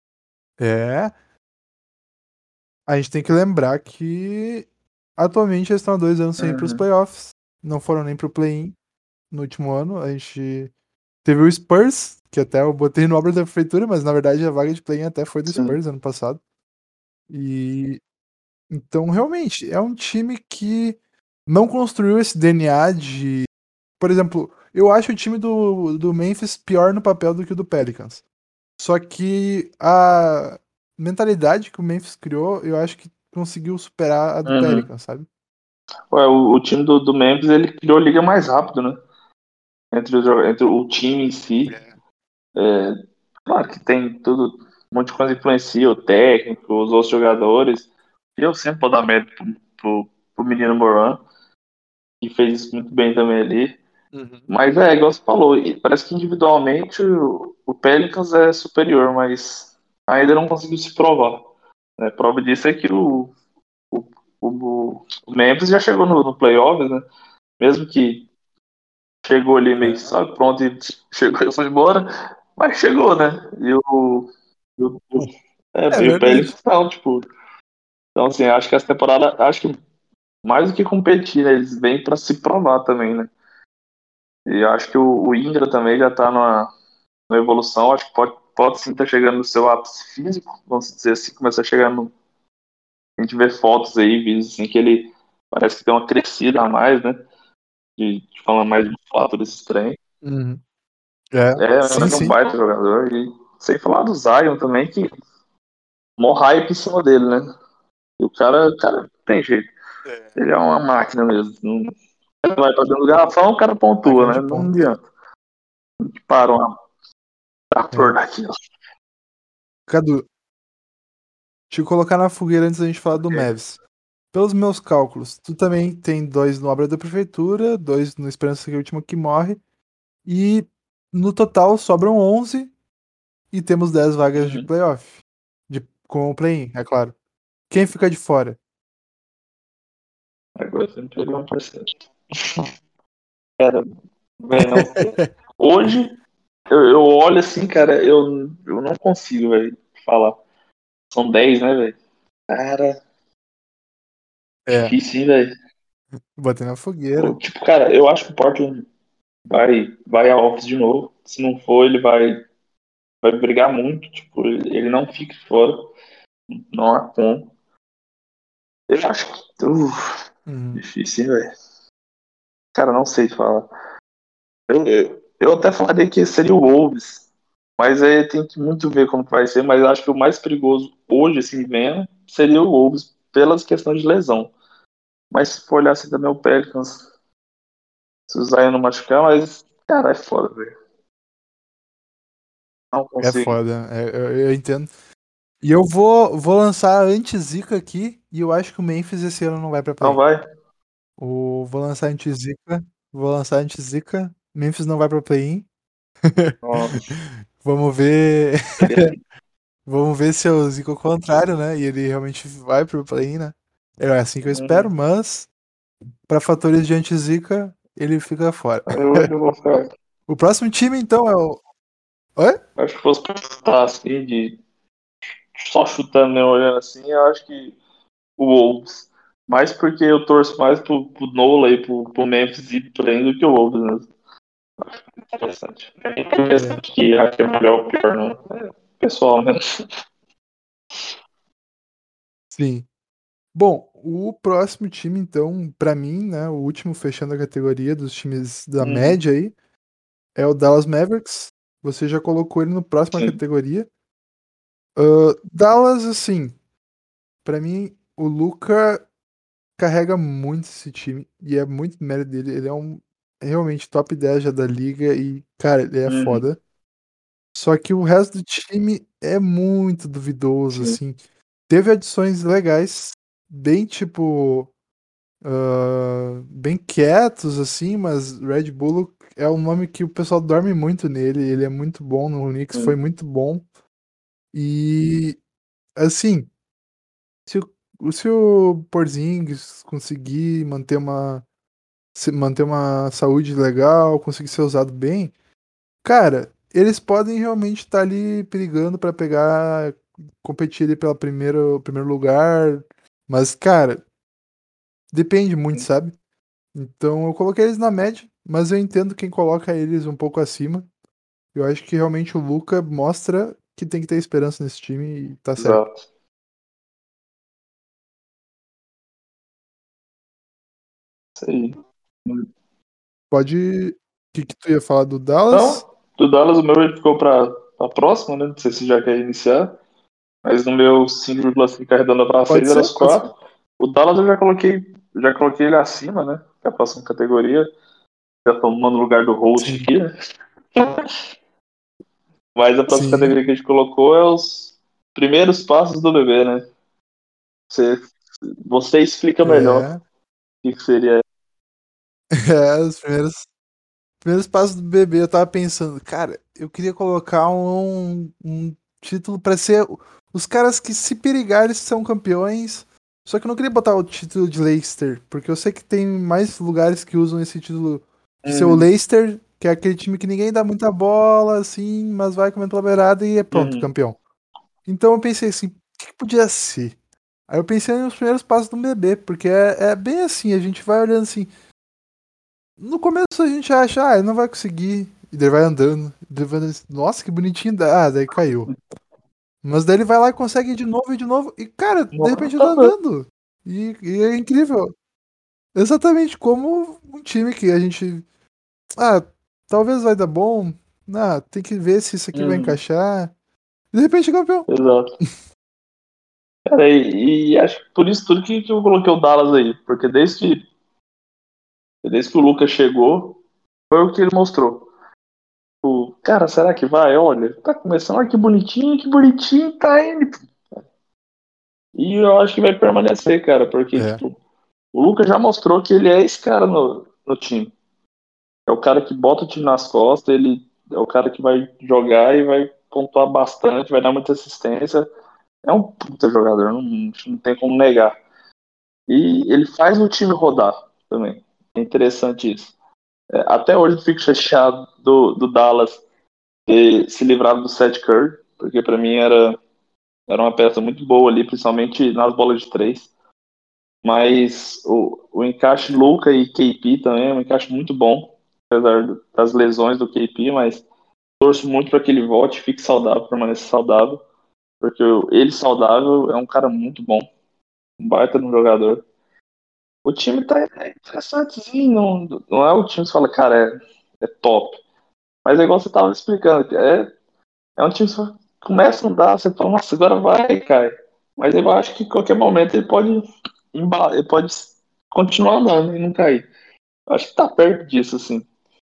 É. A gente tem que lembrar que atualmente eles estão há dois anos sem ir pros Uhum. playoffs. Não foram nem pro play-in no último ano. A gente teve o Spurs, que até eu botei no obra da prefeitura, mas na verdade a vaga de play-in até foi do Sim. Spurs ano passado. E então realmente é um time que não construiu esse D N A de. Por exemplo, eu acho o time do, do Memphis pior no papel do que o do Pelicans. Só que a mentalidade que o Memphis criou, eu acho que conseguiu superar a do Uhum. Pelicans, sabe? Ué, o, o time do, do Memphis, ele criou a liga mais rápido, né? Entre, os, jo- entre o time em si. É, claro que tem tudo, um monte de coisa que influencia, o técnico, os outros jogadores. E eu sempre vou dar mérito pro, pro, pro menino Moran, que fez isso muito bem também ali. Uhum. Mas é, igual você falou, e parece que individualmente o, o Pelicans é superior, mas ainda não conseguiu se provar. Né? Prova disso é que o, o, o, o Memphis já chegou no, no playoffs, né? Mesmo que chegou ali meio, É, sabe, pronto e chegou e foi embora, mas chegou, né? E o, e o, é, é e o verdade. Pelicans não, tipo. Então, assim, acho que essa temporada, acho que mais do que competir, né? Eles vêm pra se provar também, né? E acho que o, o Ingram também já tá numa, numa evolução, acho que pode, pode sim estar chegando no seu ápice físico, vamos dizer assim, começar a chegar no. A gente vê fotos aí, vídeos assim, que ele parece que tem uma crescida a mais, né? De, de falar mais de fato desses trem. Uhum. É, É, sim, é um sim. baita jogador. E sem falar do Zion também, que mó hype em cima dele, né? E o cara, o cara não tem jeito. É. Ele é uma máquina mesmo. Não vai pra dentro do garrafão, o cara Máquina pontua, de né? Não ponto. adianta. Para um trator É. daquilo. Cadu, te colocar na fogueira antes da gente falar do Mavs. Pelos meus cálculos, tu também tem dois no obra da prefeitura, dois no Esperança que é o último que morre, e no total sobram onze e temos dez vagas de Uhum. playoff. De, com o play-in, é claro. Quem fica de fora? Agora você me pegou um presente. Cara, velho, não sei. Hoje, eu, eu olho assim, cara, eu, eu não consigo, velho, falar. São dez, né, velho? Cara, É, difícil, hein, velho? bater na fogueira. Pô, tipo, cara, eu acho que o Portland vai, vai a office de novo. Se não for, ele vai, vai brigar muito. Tipo, ele, ele não fica fora. Não há como. Eu acho que. Uf, Uhum. difícil, hein, velho? Cara, não sei te falar. Eu, eu, eu até falaria que seria o Wolves. Mas aí tem que muito ver como que vai ser. Mas eu acho que o mais perigoso hoje, assim, vendo, seria o Wolves, pelas questões de lesão. Mas se for olhar assim também o Pelicans, se o Zion não machucar, mas, cara, é foda, velho. Não É consigo. foda, é, eu, eu entendo. E eu vou, vou lançar anti-zica aqui, e eu acho que o Memphis esse ano não vai pra Não play. vai? O, vou lançar anti-zica, vou lançar anti-zica, Memphis não vai pra play-in. Nossa, Vamos ver, seria assim. vamos ver se eu zico ao contrário, né? E ele realmente vai pro play-in, né? É assim que eu espero, Uhum. mas pra fatores de anti-zica, ele fica fora. Eu, eu vou ficar. O próximo time, então, é o. Oi? Acho que fosse pra estar assim, de só chutando, né, olhando assim, eu acho que o Wolves. Mais porque eu torço mais pro, pro Nola e pro, pro Memphis e por aí do que o Wolves mesmo. Interessante. É É, interessante que acho que é melhor ou pior, não. É pessoal, né? sim. Bom, o próximo time, então, pra mim, né, o último fechando a categoria dos times da Uhum. média aí, é o Dallas Mavericks. Você já colocou ele no próxima Sim. categoria. Ah, Dallas, assim, pra mim, o Luka carrega muito esse time e é muito mérito dele. Ele é um realmente top dez já da liga e, cara, ele é Uhum. foda. Só que o resto do time é muito duvidoso, Sim. assim. Teve adições legais, bem tipo. ah, bem quietos, assim, mas Red Bull é um nome que o pessoal dorme muito nele. Ele é muito bom no Knicks, foi Sim. muito bom. E, assim, se o se o Porzingis conseguir manter uma, se- manter uma saúde legal, conseguir ser usado bem, cara, eles podem realmente estar ali perigando pra pegar, competir ali pelo primeiro, primeiro lugar. Mas, cara, depende muito, sabe? Então eu coloquei eles na média, mas eu entendo quem coloca eles um pouco acima. Eu acho que realmente o Luca mostra que tem que ter esperança nesse time e tá certo. Exato. Isso aí. Pode. O que, que tu ia falar do Dallas? Não, do Dallas o meu ele ficou pra, pra próxima, né? Não sei se já quer iniciar. Mas no meu cinco vírgula cinco arredondando para Pode seis era ser, os pode ser. quatro. O Dallas eu já coloquei, já coloquei ele acima, né? Que é a próxima categoria. Já tomando o lugar do host Sim, aqui, né? Mas a próxima sim. categoria que a gente colocou é os primeiros passos do bebê, né? Você, você explica melhor É. o que, que seria. É, os primeiros, primeiros passos do bebê. Eu tava pensando, cara, eu queria colocar um, um título pra ser os caras que, se perigarem, são campeões. Só que eu não queria botar o título de Leicester, porque eu sei que tem mais lugares que usam esse título de ser o Uhum, Leicester, que é aquele time que ninguém dá muita bola, assim, mas vai comendo pela beirada e é pronto, uhum, campeão. Então eu pensei assim, o que que podia ser? Aí eu pensei nos primeiros passos do bebê, porque é, é bem assim, a gente vai olhando assim. No começo a gente acha, ah, ele não vai conseguir. E daí vai andando. E daí vai andando assim, nossa, que bonitinho. Ah, daí caiu. Mas daí ele vai lá e consegue ir de novo e de novo. E, cara, de Uma- repente ele tá tá bom. andando. E, e é incrível. Exatamente como um time que a gente. Ah, talvez vai dar bom. Ah, tem que ver se isso aqui vai Uhum, encaixar. De repente é campeão. exato. Cara, e, e acho que por isso tudo que, que eu coloquei o Dallas aí. Porque desde que, desde que o Lucas chegou, foi o que ele mostrou. O, cara, será que vai? Olha, tá começando, olha que bonitinho, que bonitinho tá ele. E eu acho que vai permanecer, cara, porque, É. tipo, o Lucas já mostrou que ele é esse cara no, no time. É o cara que bota o time nas costas, ele é o cara que vai jogar e vai pontuar bastante, vai dar muita assistência. É um puta jogador, não, não tem como negar. E ele faz o time rodar também. É interessante isso. É, até hoje eu fico chateado do, do Dallas ter se livrado do Seth Curry, porque para mim era, era uma peça muito boa ali, principalmente nas bolas de três. Mas o, o encaixe Luka e K P também é um encaixe muito bom, apesar das lesões do K P, mas torço muito para que ele volte, fique saudável, permaneça saudável, porque ele saudável é um cara muito bom, um baita de um jogador. O time tá é interessantezinho, não, não é o time que você fala, cara, é, é top. Mas é igual você tava explicando, é, é um time que você começa a andar, você fala, nossa, agora vai, cara. Mas eu acho que em qualquer momento ele pode embalar, ele pode continuar andando e não cair. Eu acho que tá perto disso, assim.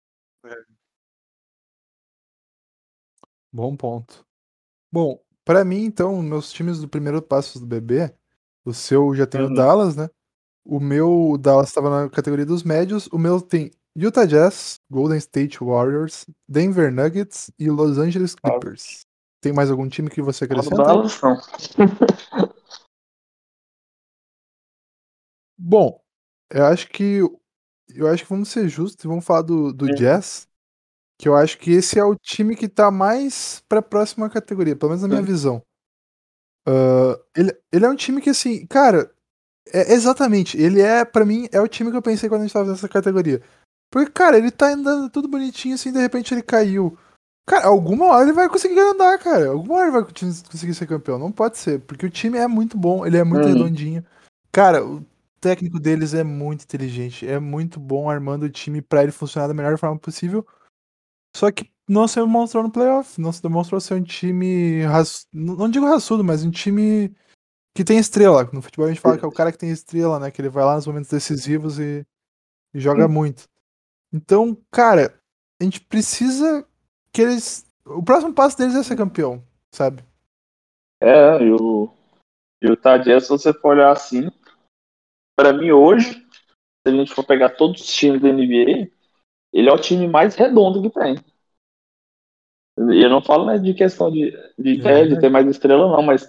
Bom ponto. Bom, pra mim, então, meus times do primeiro passo do bebê, o seu já tem o Uhum. Dallas, né? O meu, o Dallas estava na categoria dos médios. O meu tem Utah Jazz, Golden State Warriors, Denver Nuggets e Los Angeles Ah, Clippers. Tem mais algum time que você no acrescenta aí? Dallas, não. Bom, eu acho que eu acho que vamos ser justos e vamos falar do, do Uhum. Jazz, que eu acho que esse é o time que tá mais pra próxima categoria, pelo menos na minha Sim. visão. Ah, ele, ele é um time que, assim, cara, é, exatamente, ele é, pra mim, é o time que eu pensei quando a gente tava nessa categoria. Porque, cara, ele tá andando tudo bonitinho assim, de repente ele caiu. Cara, alguma hora ele vai conseguir andar, cara. Alguma hora ele vai continu- conseguir ser campeão. Não pode ser, porque o time é muito bom, ele é muito Uhum. redondinho. Cara, o técnico deles é muito inteligente, é muito bom armando o time pra ele funcionar da melhor forma possível. Só que não se demonstrou no playoff, não se demonstrou ser um time, raço- não não digo raçudo, mas um time que tem estrela. No futebol a gente fala que é o cara que tem estrela, né? Que ele vai lá nos momentos decisivos e, e joga muito. Então, cara, a gente precisa que eles. O próximo passo deles é ser campeão, sabe? É, e o, e o Tadias, se você for olhar assim, pra mim hoje, se a gente for pegar todos os times da N B A, ele é o time mais redondo que tem. E eu não falo, né, de questão de, de, É é, de ter verdade. mais estrela, não, mas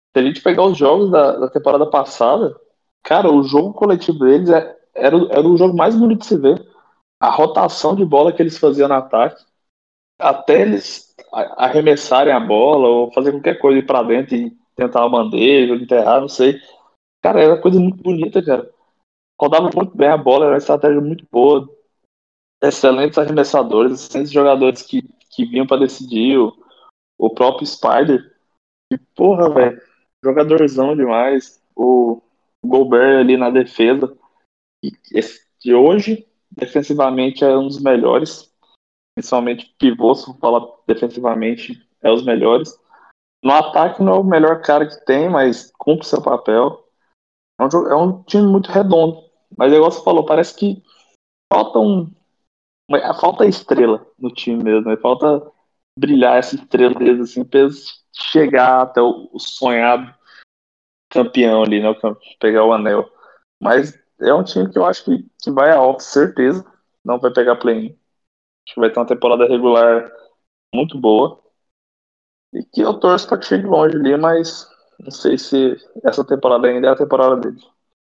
Se a gente pegar os jogos da, da temporada passada, cara, o jogo coletivo deles é, era, o- era o jogo mais bonito de se ver. A rotação de bola que eles faziam no ataque, até eles a- arremessarem a bola ou fazer qualquer coisa ir pra dentro e tentar uma bandeja, ou enterrar, não sei. Cara, era coisa muito bonita, cara. Rodava muito bem a bola, era uma estratégia muito boa. Excelentes arremessadores, excelentes jogadores que, que vinham pra decidir. O, o próprio Spider. Porra, velho. Jogadorzão demais. O Gobert ali na defesa. E esse de hoje, defensivamente, é um dos melhores. Principalmente pivô, se for falar defensivamente, é os melhores. No ataque não é o melhor cara que tem, mas cumpre seu papel. É um, é um time muito redondo. Mas, igual você falou, parece que falta um. Falta estrela no time mesmo. Né? Falta brilhar essa estrela deles, assim, pra eles chegar até o, o sonhado campeão ali, né? Pegar o anel. Mas é um time que eu acho que, que vai a alta, certeza. Não vai pegar play-in. Acho que vai ter uma temporada regular muito boa. E que eu torço para que chegue longe ali, mas não sei se essa temporada ainda é a temporada dele.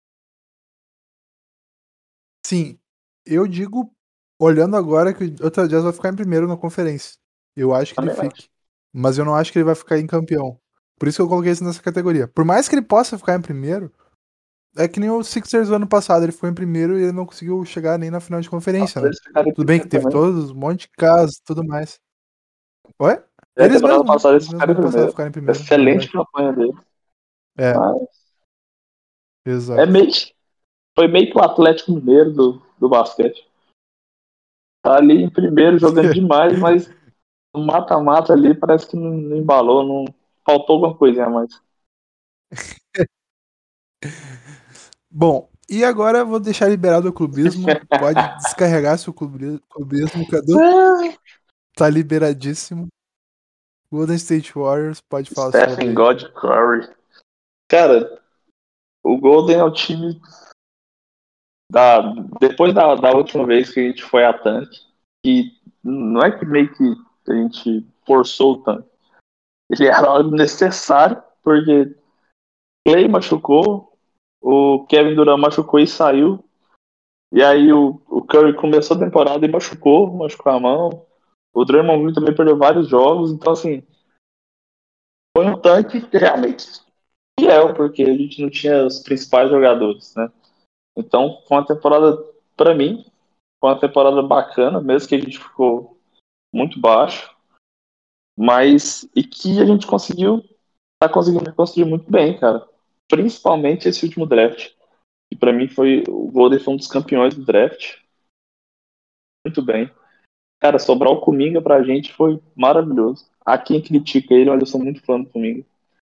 Sim, eu digo, olhando agora, que o Utah Jazz vai ficar em primeiro na conferência. Eu acho que ele Também acho. fique. Mas eu não acho que ele vai ficar em campeão. Por isso que eu coloquei isso nessa categoria. Por mais que ele possa ficar em primeiro, é que nem o Sixers do ano passado. Ele ficou em primeiro e ele não conseguiu chegar nem na final de conferência, Nossa, né? eles ficaram em Tudo bem que primeiro teve também. todos, um monte de casos e tudo mais. Oi? E a Eles temporada mesmos, né? passada Eles eles mesmos ficaram no em ano passado primeiro. ficaram em primeiro, é Excelente verdade. campanha dele. É, Mas é exato. meio, foi meio que o Atlético Mineiro do, do basquete. Tá ali em primeiro jogando demais, mas no mata-mata ali parece que não, não embalou, não faltou alguma coisinha a mais. Bom, e agora eu vou deixar liberado o clubismo. Pode descarregar seu clubi- clubismo, Cadu. Tá liberadíssimo. Golden State Warriors, pode falar seu nome Stephen aí. God Curry. Cara, o Golden é o time da, depois da, da última vez que a gente foi a tanque, que não é que meio que a gente forçou o tanque. Ele era algo necessário, porque Clay machucou, o Kevin Durant machucou e saiu. E aí o, o Curry começou a temporada e machucou, machucou a mão. O Draymond Green também perdeu vários jogos. Então, assim, foi um tanque realmente fiel, porque a gente não tinha os principais jogadores, né? Então, foi uma temporada, para mim, foi uma temporada bacana, mesmo que a gente ficou muito baixo, mas e que a gente conseguiu, tá conseguindo construir muito bem, cara. Principalmente esse último draft, que para mim foi o Golden foi um dos campeões do draft. Muito bem. Cara, sobrar o Kuminga pra gente foi maravilhoso. Há quem critica ele, mas eu sou muito fã do Kuminga.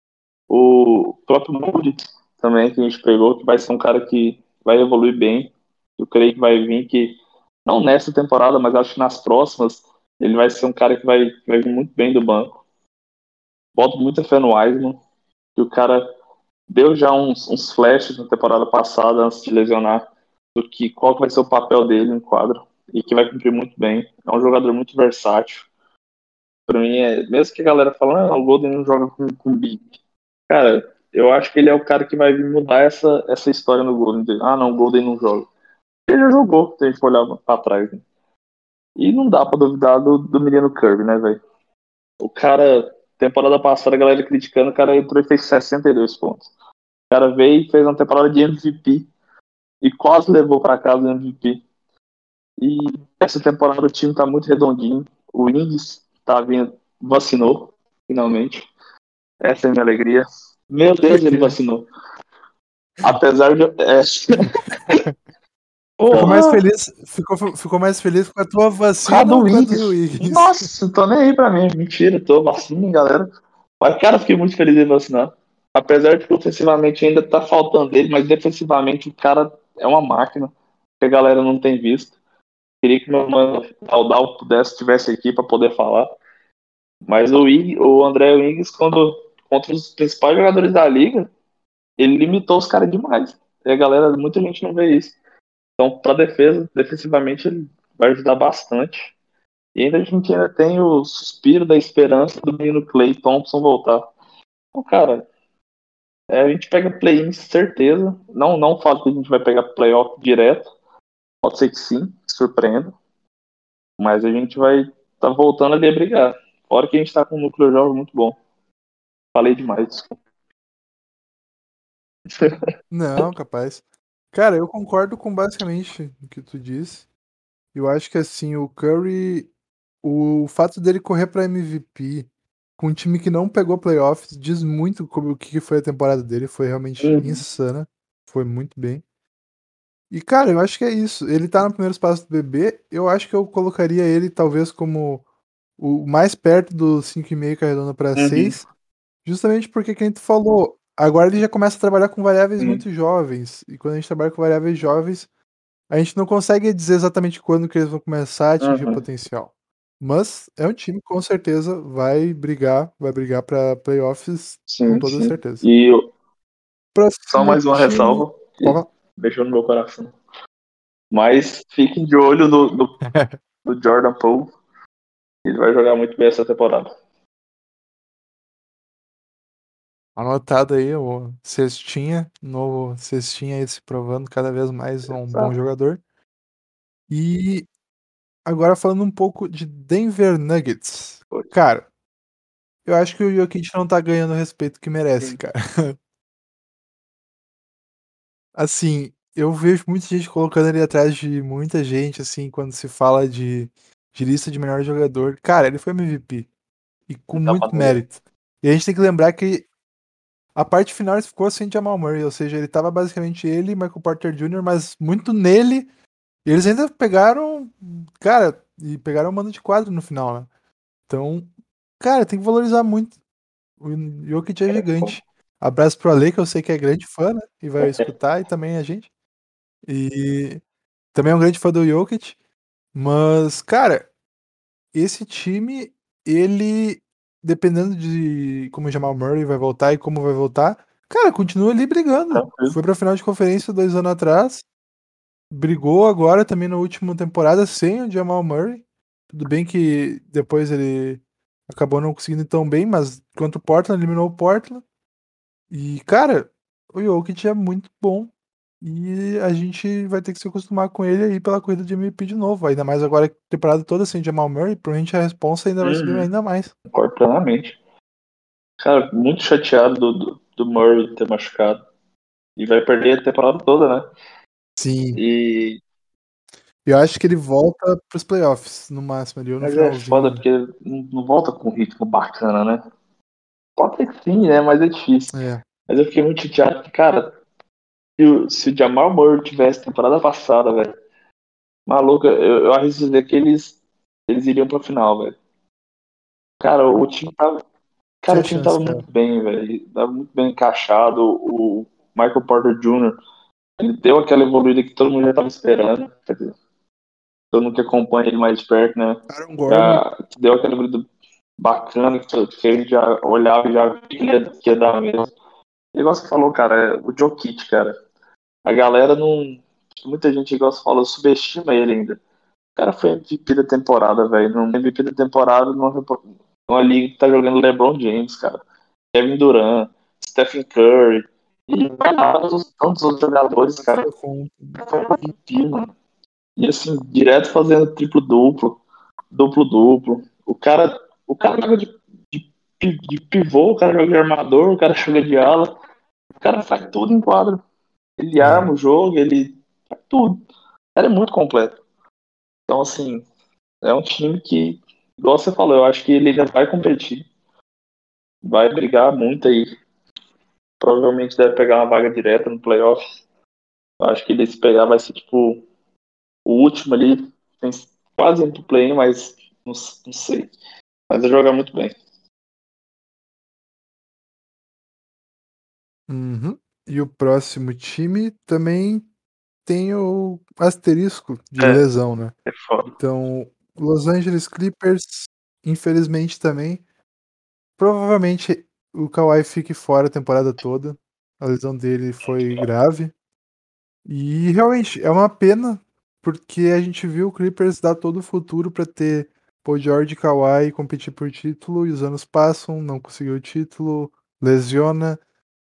O próprio Moody também, que a gente pegou, que vai ser um cara que vai evoluir bem. Eu creio que vai vir que, não nessa temporada, mas acho que nas próximas, ele vai ser um cara que vai, vai vir muito bem do banco. Boto muita fé no Wiseman, que o cara deu já uns, uns flashes na temporada passada, antes de lesionar, do que qual que vai ser o papel dele em quadro, e que vai cumprir muito bem. É um jogador muito versátil. Pra mim, é, mesmo que a galera fala, ah, o Golden não joga com, com Big. Cara, eu acho que ele é o cara que vai vir mudar essa, essa história no Golden. Ah, não, o Golden não joga. Ele já jogou, se a gente for olhar pra trás. Né? E não dá pra duvidar do, do menino Kirby, né, velho? O cara, temporada passada, a galera criticando, o cara entrou e fez sessenta e dois pontos. O cara veio e fez uma temporada de M V P e quase levou pra casa o M V P. E essa temporada o time tá muito redondinho. O Ings tá vindo, vacinou, finalmente. Essa é a minha alegria. Meu Deus, ele vacinou. Apesar de. É... Ficou mais Porra! feliz, ficou, ficou mais feliz com a tua vacina Cada ou com a do Wings. Wiggins? Nossa, não tô nem aí pra mim. Mentira, tô vacina, galera. Mas, cara, fiquei muito feliz em vacinar. Apesar de que ofensivamente ainda tá faltando dele, mas defensivamente o cara é uma máquina que a galera não tem visto. Queria que meu mano Aldal pudesse, tivesse aqui pra poder falar. Mas o, Ig, o André Wings, quando contra os principais jogadores da liga, ele limitou os caras demais. E a galera, muita gente não vê isso. Então, para defesa, defensivamente, ele vai ajudar bastante. E ainda a gente ainda tem o suspiro da esperança do menino Clay Thompson voltar. Então, cara, É, a gente pega play-in, certeza. Não, não falo que a gente vai pegar playoff direto. Pode ser que sim, que surpreenda. Mas a gente vai tá voltando ali a brigar. Fora que a gente tá com um núcleo jovem muito bom. Falei demais, desculpa. Não, capaz. Cara, eu concordo com basicamente o que tu disse. Eu acho que assim, o Curry, o fato dele correr pra M V P com um time que não pegou playoffs diz muito como o que foi a temporada dele. Foi realmente Uhum. insana. Foi muito bem. E, cara, eu acho que é isso. Ele tá no primeiro espaço do B B. Eu acho que eu colocaria ele talvez como o mais perto do cinco e meio que arredonda pra Uhum. seis. Justamente porque, que a gente falou, agora ele já começa a trabalhar com variáveis Sim. muito jovens. E quando a gente trabalha com variáveis jovens, a gente não consegue dizer exatamente quando que eles vão começar a atingir o Uhum. potencial. Mas é um time que com certeza vai brigar, vai brigar pra playoffs com Sim, toda sim. certeza. E eu- só Próximo mais uma time. ressalva que Ó, deixou no meu coração. Mas fiquem de olho no, no, no Jordan Poole. Ele vai jogar muito bem essa temporada. anotado aí o Cestinha, novo Cestinha aí se provando cada vez mais um bom Exato. jogador. E agora falando um pouco de Denver Nuggets. Cara, eu acho que o Jokic não tá ganhando o respeito que merece, Sim. cara. Assim, eu vejo muita gente colocando ele atrás de muita gente, assim, quando se fala de, de lista de melhor jogador. Cara, ele foi M V P. E com Não dá pra muito negar. mérito. E a gente tem que lembrar que a parte final ficou sem Jamal Murray, ou seja, ele tava basicamente ele e Michael Porter Júnior, mas muito nele. E eles ainda pegaram, cara, e pegaram o mando de quadro no final, né? Então, cara, tem que valorizar muito. O Jokic é É, pô. gigante. Abraço pro Ale, que eu sei que é grande fã, né? E vai escutar, e também a gente. E também é um grande fã do Jokic. Mas, cara, esse time, ele, dependendo de como o Jamal Murray vai voltar e como vai voltar, cara, continua ali brigando. Tranquilo. Foi pra final de conferência dois anos atrás. Brigou agora também na última temporada sem o Jamal Murray. Tudo bem que depois ele acabou não conseguindo ir tão bem, mas contra o Portland, eliminou o Portland. E, cara, o Jokic é muito bom. E a gente vai ter que se acostumar com ele aí pela corrida de M V P de novo. Ainda mais agora que a temporada toda sem Jamal Murray, provavelmente a responsa ainda vai subir Uhum. ainda mais. Concordo plenamente. Cara, muito chateado do, do, do Murray ter machucado. E vai perder a temporada toda, né? Sim. E Eu acho que ele volta pros playoffs, no máximo, ali, ou no mas é foda finalzinho. porque não, não volta com um ritmo bacana, né? Pode ser que sim, né? Mas é difícil. É. Mas eu fiquei muito chateado porque, cara, se o, se o Jamal Murray tivesse temporada passada, velho, maluco, eu, eu arrisco dizer que eles, eles iriam pra final, velho. Cara, o time tava, cara, Tinha o time tava chance, cara. muito bem, velho. Tava muito bem encaixado. O Michael Porter Júnior, ele deu aquela evoluída que todo mundo já tava esperando. Quer dizer, todo mundo que acompanha ele mais de perto, né? Aaron Gordon. Já deu aquela evoluída bacana que que a gente já olhava e já via que ia, que ia dar mesmo. E igual você falou, cara, é o Jokic, cara. A galera não. Muita gente, igual você falou, subestima ele ainda. O cara foi M V P da temporada, velho. No M V P da temporada, numa, numa liga que tá jogando LeBron James, cara. Kevin Durant, Stephen Curry. E tantos, tantos outros jogadores, cara. Com- Foi M V P, mano. E assim, direto fazendo triplo-duplo, duplo-duplo. O cara, o cara joga de, de, de pivô, o cara joga de armador, o cara joga de ala. O cara faz tudo em quadro. Ele É. arma o jogo, ele faz tudo. O cara é muito completo. Então, assim, é um time que, igual você falou, eu acho que ele ainda vai competir, vai brigar muito aí. Provavelmente deve pegar uma vaga direta no playoffs. Eu acho que ele se pegar vai ser tipo o último ali, tem quase indo pro play, mas não, não sei. Mas vai jogar muito bem. Uhum. E o próximo time também tem o asterisco de É, lesão, né? é foda. Então, Los Angeles Clippers, infelizmente também. Provavelmente o Kawhi fique fora a temporada toda. A lesão dele foi grave. E realmente é uma pena, porque a gente viu o Clippers dar todo o futuro para ter Paul George e Kawhi competir por título, e os anos passam, não conseguiu o título, lesiona.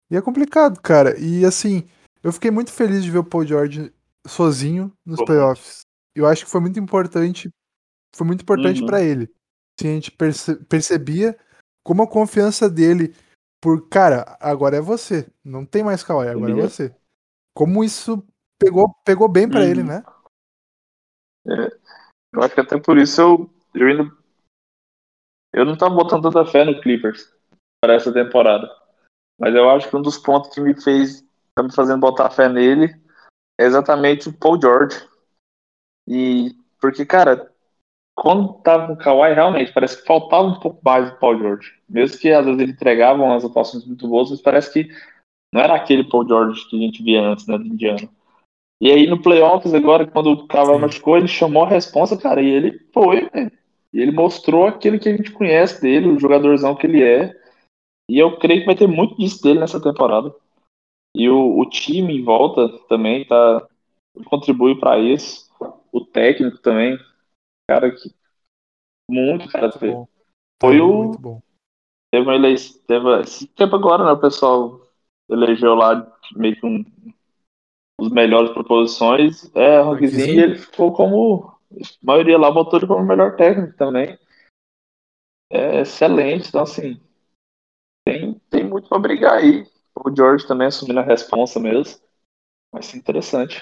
E é complicado, cara. E assim, eu fiquei muito feliz de ver o Paul George sozinho nos Ficou muito. playoffs. Eu acho que foi muito importante, foi muito importante pra Uhum. ele. Assim, a gente perce- percebia como a confiança dele por, cara, agora é você. Não tem mais Kawhi, agora é Ele é. você. Como isso pegou, pegou bem pra ele, Uhum. né? É. Eu acho que até por isso eu, eu, ainda, eu não tava botando tanta fé no Clippers para essa temporada. Mas eu acho que um dos pontos que me fez, tá me fazendo botar fé nele é exatamente o Paul George. E porque, cara, quando tava com o Kawhi, realmente, parece que faltava um pouco mais do Paul George. Mesmo que às vezes ele entregava umas atuações muito boas, mas parece que não era aquele Paul George que a gente via antes, né, do Indiana. E aí no playoffs, agora, quando o Kawhi Sim. machucou, ele chamou a responsa, cara, e ele foi, né? E ele mostrou aquele que a gente conhece dele, o jogadorzão que ele é. E eu creio que vai ter muito disso dele nessa temporada. E o, o time em volta também tá, contribui para isso. O técnico também, cara, que muito, cara, Muito bom. foi Tá muito o. bom. Teve uma eleição. Teve, esse tempo agora, né? O pessoal elegeu lá meio que um, os melhores proposições. É, rankzinho, e Rankzinho? ele ficou como. A maioria lá botou ele como o melhor técnico também. É excelente. Então, assim, tem, tem muito pra brigar aí. O George também assumindo a responsa mesmo. Vai ser interessante.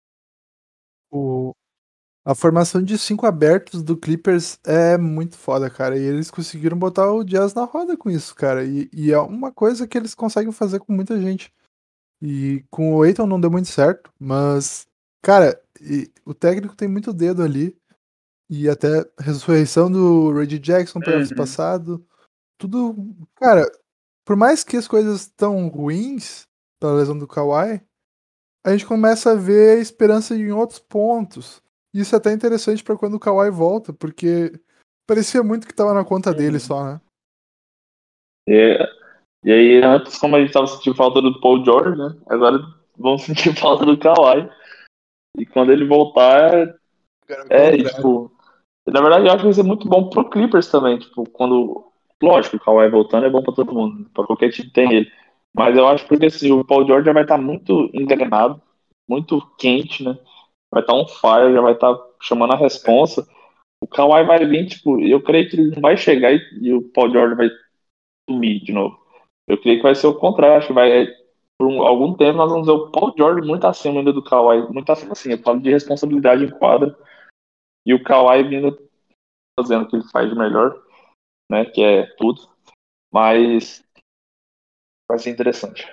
O, a formação de cinco abertos do Clippers é muito foda, cara. E eles conseguiram botar o Jazz na roda com isso, cara. E, e é uma coisa que eles conseguem fazer com muita gente. E com o Aiton não deu muito certo, mas, cara, e- o técnico tem muito dedo ali. E até a ressurreição do Reggie Jackson playoffs Uhum. passado. Tudo, cara, por mais que as coisas estão ruins pela lesão do Kawhi, a gente começa a ver esperança em outros pontos. Isso é até interessante pra quando o Kawhi volta, porque parecia muito que tava na conta dele Uhum. só, né? E, e aí, antes, como a gente tava sentindo falta do Paul George, né? Agora vamos sentir falta do Kawhi. E quando ele voltar, Cara, ao é, e, contrário. tipo, na verdade, eu acho que vai ser muito bom pro Clippers também. Tipo, quando. Lógico, o Kawhi voltando é bom pra todo mundo, pra qualquer time que tem ele. Mas eu acho porque assim, o Paul George já vai estar muito engrenado, muito quente, né? Vai estar on fire, já vai estar chamando a responsa. O Kawhi vai vir, tipo, eu creio que ele não vai chegar e, e o Paul George vai sumir de novo. Eu creio que vai ser o contrário. Acho que vai, por um- algum tempo, nós vamos ver o Paul George muito acima ainda do Kawhi. Muito acima, assim, eu falo de responsabilidade em quadra. E o Kawhi vindo fazendo o que ele faz de melhor, né? Que é tudo. Mas vai ser interessante.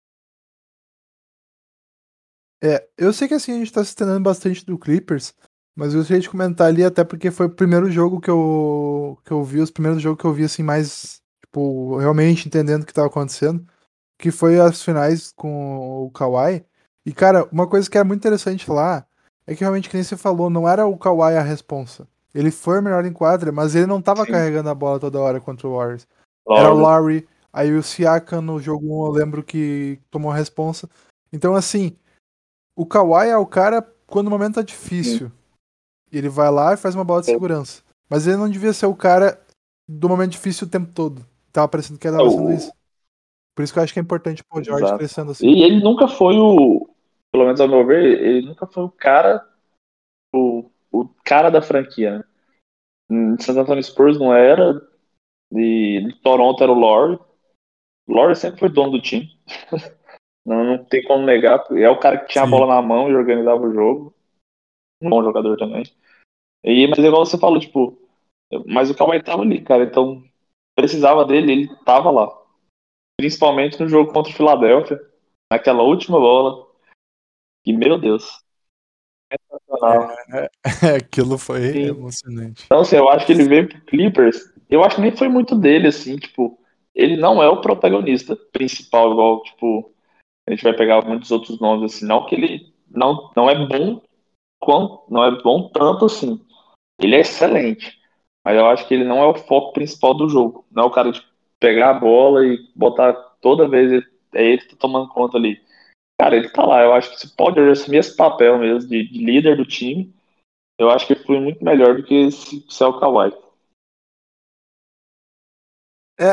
É, eu sei que assim a gente tá se estendendo bastante do Clippers, mas eu gostaria de comentar ali até porque foi o primeiro jogo que eu, que eu vi, os primeiros jogos que eu vi assim mais, tipo, realmente entendendo o que tava acontecendo, que foi as finais com o Kawhi. E cara, uma coisa que era muito interessante lá é que realmente, que nem você falou, não era o Kawhi a responsa. Ele foi o melhor em quadra, mas ele não tava Sim. carregando a bola toda hora contra o Warriors. Era o Lord. Lowry, aí o Siakam no jogo um eu lembro que tomou a responsa. Então assim, o Kawhi é o cara quando o momento tá Sim. difícil. Ele vai lá e faz uma bola de segurança. Mas ele não devia ser o cara do momento difícil o tempo todo. Tava parecendo que ele É tava sendo o... isso. Por isso que eu acho que é importante o George Exato. crescendo assim. E ele nunca foi o. Pelo menos ao meu ver, ele nunca foi o cara. O, o cara da franquia, né? Em San Antonio Spurs não era. E em Toronto era o Lord. O Lord sempre foi dono do time. Não, não tem como negar. É o cara que tinha a Sim. bola na mão e organizava o jogo. Um bom jogador também. E, mas igual você falou, tipo, mas o Kawhi tava ali, cara. Então precisava dele, ele tava lá. Principalmente no jogo contra o Philadelphia, naquela última bola. E meu Deus, sensacional. É, aquilo foi Sim. emocionante. Então, assim, eu acho que ele veio pro Clippers. Eu acho que nem foi muito dele, assim, tipo, ele não é o protagonista principal, igual, tipo, a gente vai pegar muitos outros nomes, assim, não que ele não, não é bom, quão, não é bom tanto assim. Ele é excelente, mas eu acho que ele não é o foco principal do jogo. Não é o cara de pegar a bola e botar toda vez, ele- é ele que tá tomando conta ali. Cara, ele tá lá, eu acho que se pode assumir esse papel mesmo de, de líder do time, eu acho que foi muito melhor do que se, se é o Kawhi. É,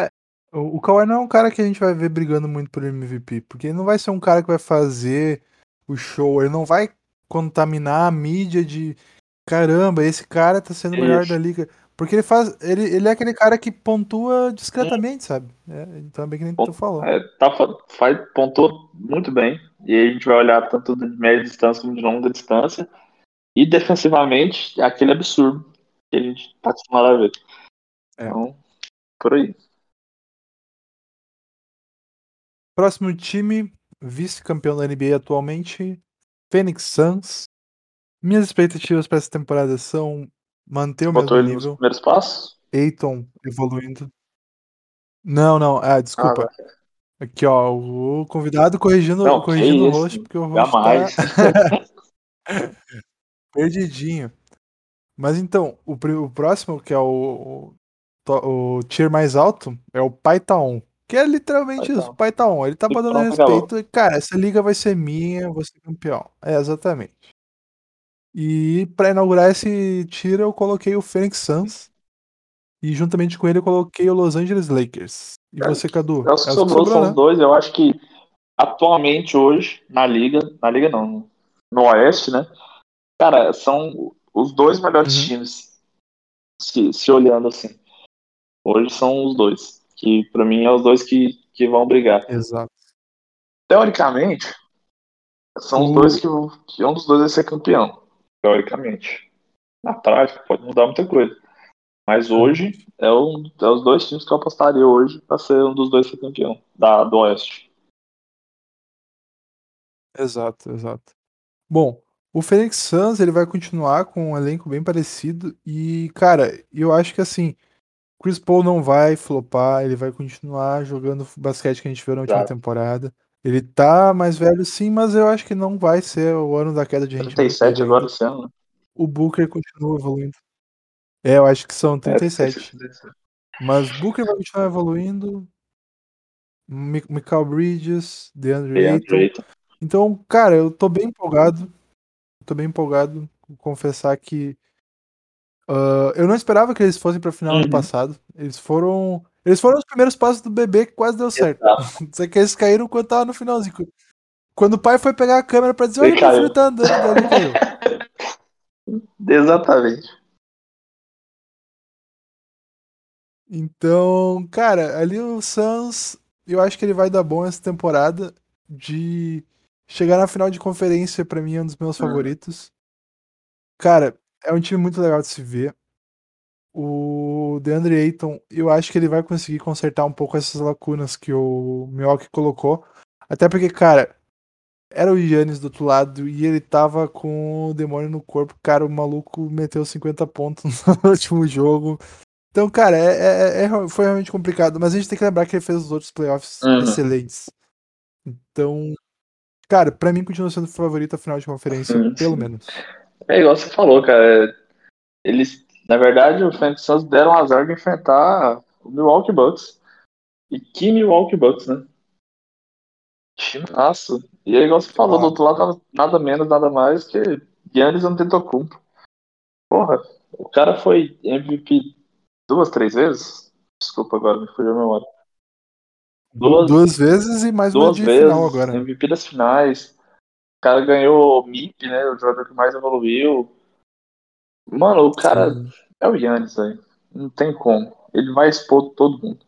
O, o Kawhi não é um cara que a gente vai ver brigando muito por M V P, porque ele não vai ser um cara que vai fazer o show, ele não vai contaminar a mídia de caramba, esse cara tá sendo o melhor da Isso. liga. Porque ele faz. Ele, ele é aquele cara que pontua discretamente, sabe? É, então é bem que nem tu Pon- falou. é, tá, fa- faz, pontuou muito bem. E aí a gente vai olhar tanto de média distância como de longa distância. E defensivamente, é aquele absurdo que a gente tá acostumado a ver. É. Então, por aí. Próximo time, vice-campeão da N B A atualmente, Phoenix Suns. Minhas expectativas para essa temporada são manter Você o botou mesmo ele nos nível, primeiros passos? Aiton evoluindo. Não, não, ah, Ah, desculpa. tá. Aqui, ó, o convidado corrigindo, Não, que corrigindo o host, isso? porque o host tá Jamais. perdidinho. Mas então, o, pri- o próximo, que é o, o, to- o tier mais alto, é o Paitaon. Que é Vai literalmente isso, então. Paitaon. Ele tá E botando pronto, acabou. respeito. E, cara, essa liga vai ser minha, eu vou ser campeão. É, exatamente. E pra inaugurar esse tier, eu coloquei o Phoenix Suns. E juntamente com ele, eu coloquei o Los Angeles Lakers. E É, você, Cadu? é os que É os que sobrou sobrou, são os né? dois. Eu acho que atualmente hoje, na liga, na liga não, no Oeste, né? Cara, são os dois melhores Uhum. times, se, se olhando assim. Hoje são os dois. Que pra mim é os dois que, que vão brigar. Exato. Teoricamente, são os dois O... que, vão- que um dos dois vai ser campeão. Teoricamente. Na prática, pode mudar muita coisa. Mas hoje Realmente. é, um, é os dois times que eu apostaria hoje para ser um dos dois ser campeão da, do Oeste. Exato, exato. Bom, o Phoenix Suns ele vai continuar com um elenco bem parecido e, cara, eu acho que assim, Chris Paul não vai flopar, ele vai continuar jogando o basquete que a gente viu na última Exato. temporada. Ele tá mais velho sim, mas eu acho que não vai ser o ano da queda de trinta e rendimento sete dele agora ainda. esse ano, né? O Booker continua evoluindo. É, eu acho que são É, trinta e trinta e sete, sete. trinta e sete. Mas Booker vai continuar evoluindo, Mi- Mikal Bridges, DeAndre DeAndre Ayton. Ayton. Então, cara, eu tô bem empolgado. Tô bem empolgado. Vou confessar que ah, eu não esperava que eles fossem pra final ano Uhum. passado. Eles foram. Eles foram os primeiros passos do bebê que quase deu certo. Exato. Só que eles caíram quando tava no finalzinho. Quando o pai foi pegar a câmera pra dizer, Ele olha, meu caiu. filho tá andando, daí ele caiu. Exatamente. Então, cara, ali o Suns, eu acho que ele vai dar bom essa temporada de chegar na final de conferência, pra mim é um dos meus Uhum. favoritos. Cara, é um time muito legal de se ver. O DeAndre Ayton, eu acho que ele vai conseguir consertar um pouco essas lacunas que o Milwaukee colocou. Até porque, cara, era o Giannis do outro lado e ele tava com o demônio no corpo. Cara, o maluco meteu cinquenta pontos no último jogo. Então, cara, é, é- é- foi realmente complicado. Mas a gente tem que lembrar que ele fez os outros playoffs Uhum. excelentes. Então, cara, pra mim continua sendo o favorito a final de conferência, Sim, pelo sim. menos. É igual você falou, cara. Eles, na verdade, o Phoenix Suns deram azar de enfrentar o Milwaukee Bucks. E que Milwaukee Bucks, né? Timaço. E aí, igual você falou, do Ó, outro lado, tava nada menos, nada mais que Giannis Antetokounmpo. Porra, o cara foi M V P duas, três vezes? Desculpa, agora me fugiu a memória. du- Duas, duas vezes e mais uma duas de final vezes, agora, né? M V P das finais. O cara ganhou M I P, né? O jogador que mais evoluiu. Mano, o cara Sim. é o Yannis, velho. Não tem como. Ele vai expor todo mundo.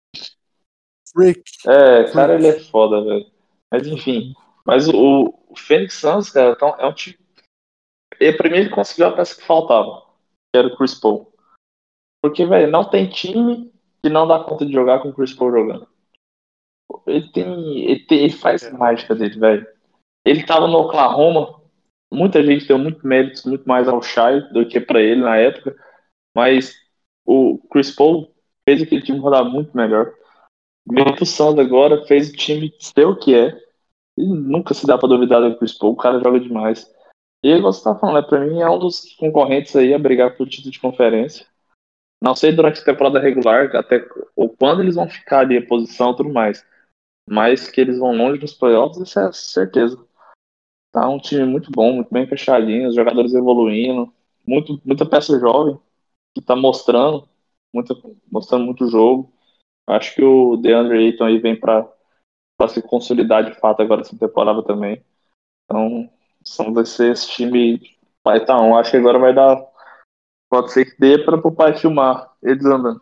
Freak. É, cara, ele é Freak. foda, velho. Mas enfim. Exatamente. Mas o, o Phoenix Suns, cara, então, é um time. E pra mim ele conseguiu a peça que faltava, que era o Chris Paul. Porque, velho, não tem time que não dá conta de jogar com o Chris Paul jogando. Ele tem. Ele, tem- ele faz mágica Realmente. dele, velho. Ele tava no Oklahoma. Muita gente deu muito mérito, muito mais ao Shai do que pra ele na época. Mas o Chris Paul fez aquele time rodar muito melhor. Veio pro Suns agora, fez o time ser o que é. E nunca se dá pra duvidar do Chris Paul. O cara joga demais. E aí você tá falando, né? Pra mim é um dos concorrentes aí a brigar por título de conferência. Não sei durante a temporada regular, até ou quando eles vão ficar ali, a posição e tudo mais. Mas que eles vão longe nos playoffs, isso é certeza. Tá um time muito bom, muito bem fechadinho, os jogadores evoluindo, muito, muita peça jovem que tá mostrando, muita, mostrando muito jogo. Acho que o DeAndre Ayton aí vem pra, pra se consolidar de fato agora essa temporada também. Então, são, vai ser esse time vai estar um. Acho que agora vai dar. Pode ser que dê para o pai filmar eles andando.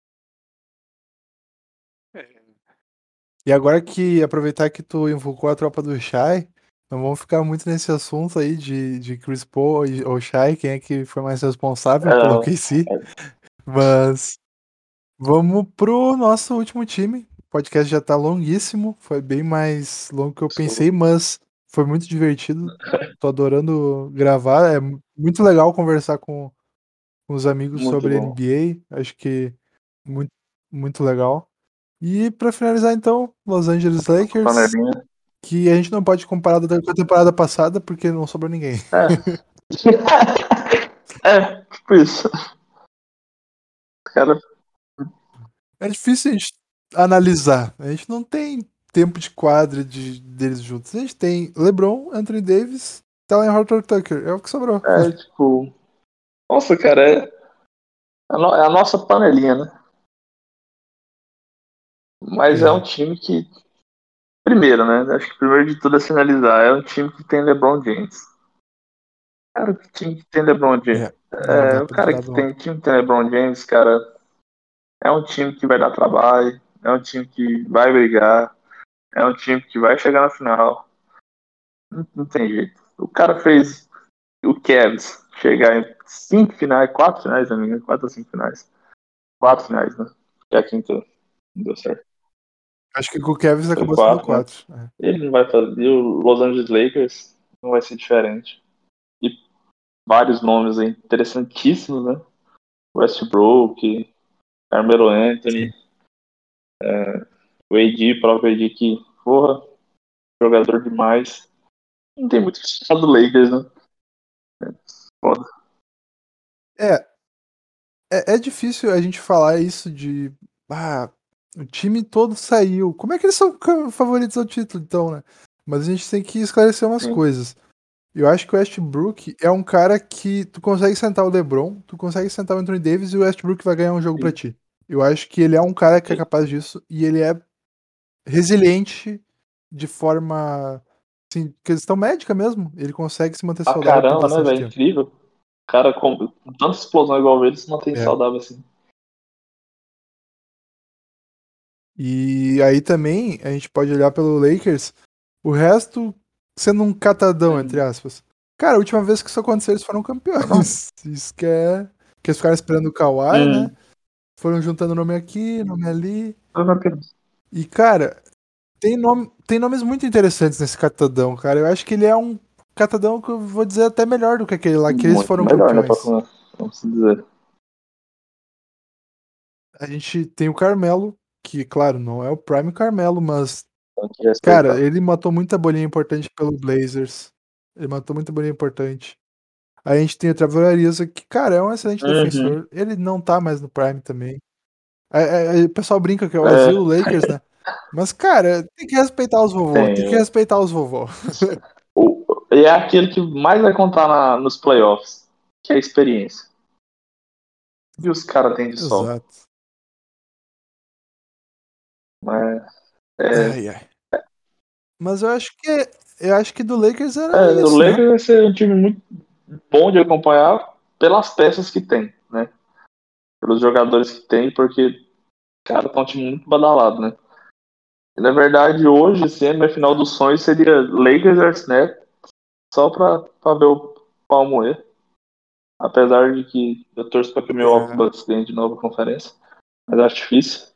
E agora que aproveitar que tu invocou a tropa do Shai, não vamos ficar muito nesse assunto aí de, de Chris Paul e- ou Shai, quem é que foi mais responsável pelo É, O K C. Mas vamos pro nosso último time. O podcast já tá longuíssimo, foi bem mais longo que eu pensei, mas foi muito divertido. Tô adorando gravar. É mu- muito legal conversar com, com os amigos muito sobre bom. N B A. Acho que muito, muito legal. E pra finalizar, então, Los Angeles Lakers, Panelinha. que a gente não pode comparar da- com a temporada passada porque não sobrou ninguém. É. É, tipo isso. Cara, É difícil a gente analisar. A gente não tem tempo de quadra de, deles juntos. A gente tem LeBron, Anthony Davis, Talen Horton-Tucker. É o que sobrou. é tipo. Nossa, cara, é a, no- é a nossa panelinha, né? Mas é um É, time que. Primeiro, né? Acho que primeiro de tudo é sinalizar. É um time que tem LeBron James. Cara, que time que tem LeBron James? é. Não É, dá o pra cara duvidar que do tem homem. time que tem LeBron James, cara, é um time que vai dar trabalho. É um time que vai brigar. É um time que vai chegar na final. Não, não tem jeito. O cara fez o Cavs chegar em cinco finais, quatro finais, não me engano, quatro ou cinco finais. Quatro finais, né? E a quinta não deu certo. Acho que com o Cavs Foi acabou sendo quatro, né? quatro. É. Ele não vai fazer. E o Los Angeles Lakers não vai ser diferente. E vários nomes aí interessantíssimos, né? Westbrook, Carmelo Anthony, Sim. o A D, próprio A D que, porra, jogador demais. Não tem muito o que falar do Lakers, né? Foda. É, é, é difícil a gente falar isso de. Ah, o time todo saiu. Como é que eles são ca- favoritos ao título, então, né? Mas a gente tem que esclarecer umas Sim. coisas. Eu acho que o Westbrook é um cara que tu consegue sentar o LeBron, tu consegue sentar o Anthony Davis e o Westbrook vai ganhar um jogo pra Sim. ti. Eu acho que ele é um cara que é Sim. capaz disso e ele é resiliente de forma, assim, questão médica mesmo. Ele consegue se manter Pra saudável por caramba, né, bastante velho? tempo. Incrível. O cara com, com tanta explosão igual ele se mantém É. saudável assim. E aí também a gente pode olhar pelo Lakers, o resto sendo um catadão, entre Hum. aspas. Cara, a última vez que isso aconteceu, eles foram Não. campeões. Isso que é. Que eles ficaram esperando o Kawhi, né? Hum. Foram juntando nome aqui, nome ali. Eu não quero- E, cara, tem, nome, tem nomes muito interessantes nesse catadão, cara. Eu acho que ele é um catadão que eu vou dizer até melhor do que aquele lá, que eles Muito foram melhor, né, pra campeões. começar, vamos dizer. A gente tem o Carmelo, que, claro, não é o Prime Carmelo, mas, Tem que cara, respeitar. ele matou muita bolinha importante pelo Blazers. Ele matou muita bolinha importante. Aí a gente tem o Trevor Ariza, que, cara, é um excelente Uhum. defensor. Ele não tá mais no Prime também. É, é, é, o pessoal brinca que é o asilo É, Lakers, né? Mas, cara, tem que respeitar os vovô. Tem que tem. respeitar os vovô. O, e é aquele que mais vai contar na, nos playoffs, que é a experiência. E os caras têm de sobra. Exato. Mas, é, Ai, ai. Mas eu acho que eu acho que do Lakers era é, o isso, né? Lakers vai ser um time muito bom de acompanhar pelas peças que tem, né? Pelos jogadores que tem, porque, cara, tá um time muito badalado, né? E, na verdade, hoje, se é final dos sonhos, seria Lakers versus Nets, só pra, pra ver o pau moer. Apesar de que eu torço pra que o Milwaukee É. Bucks ganhe de novo a conferência, mas acho difícil.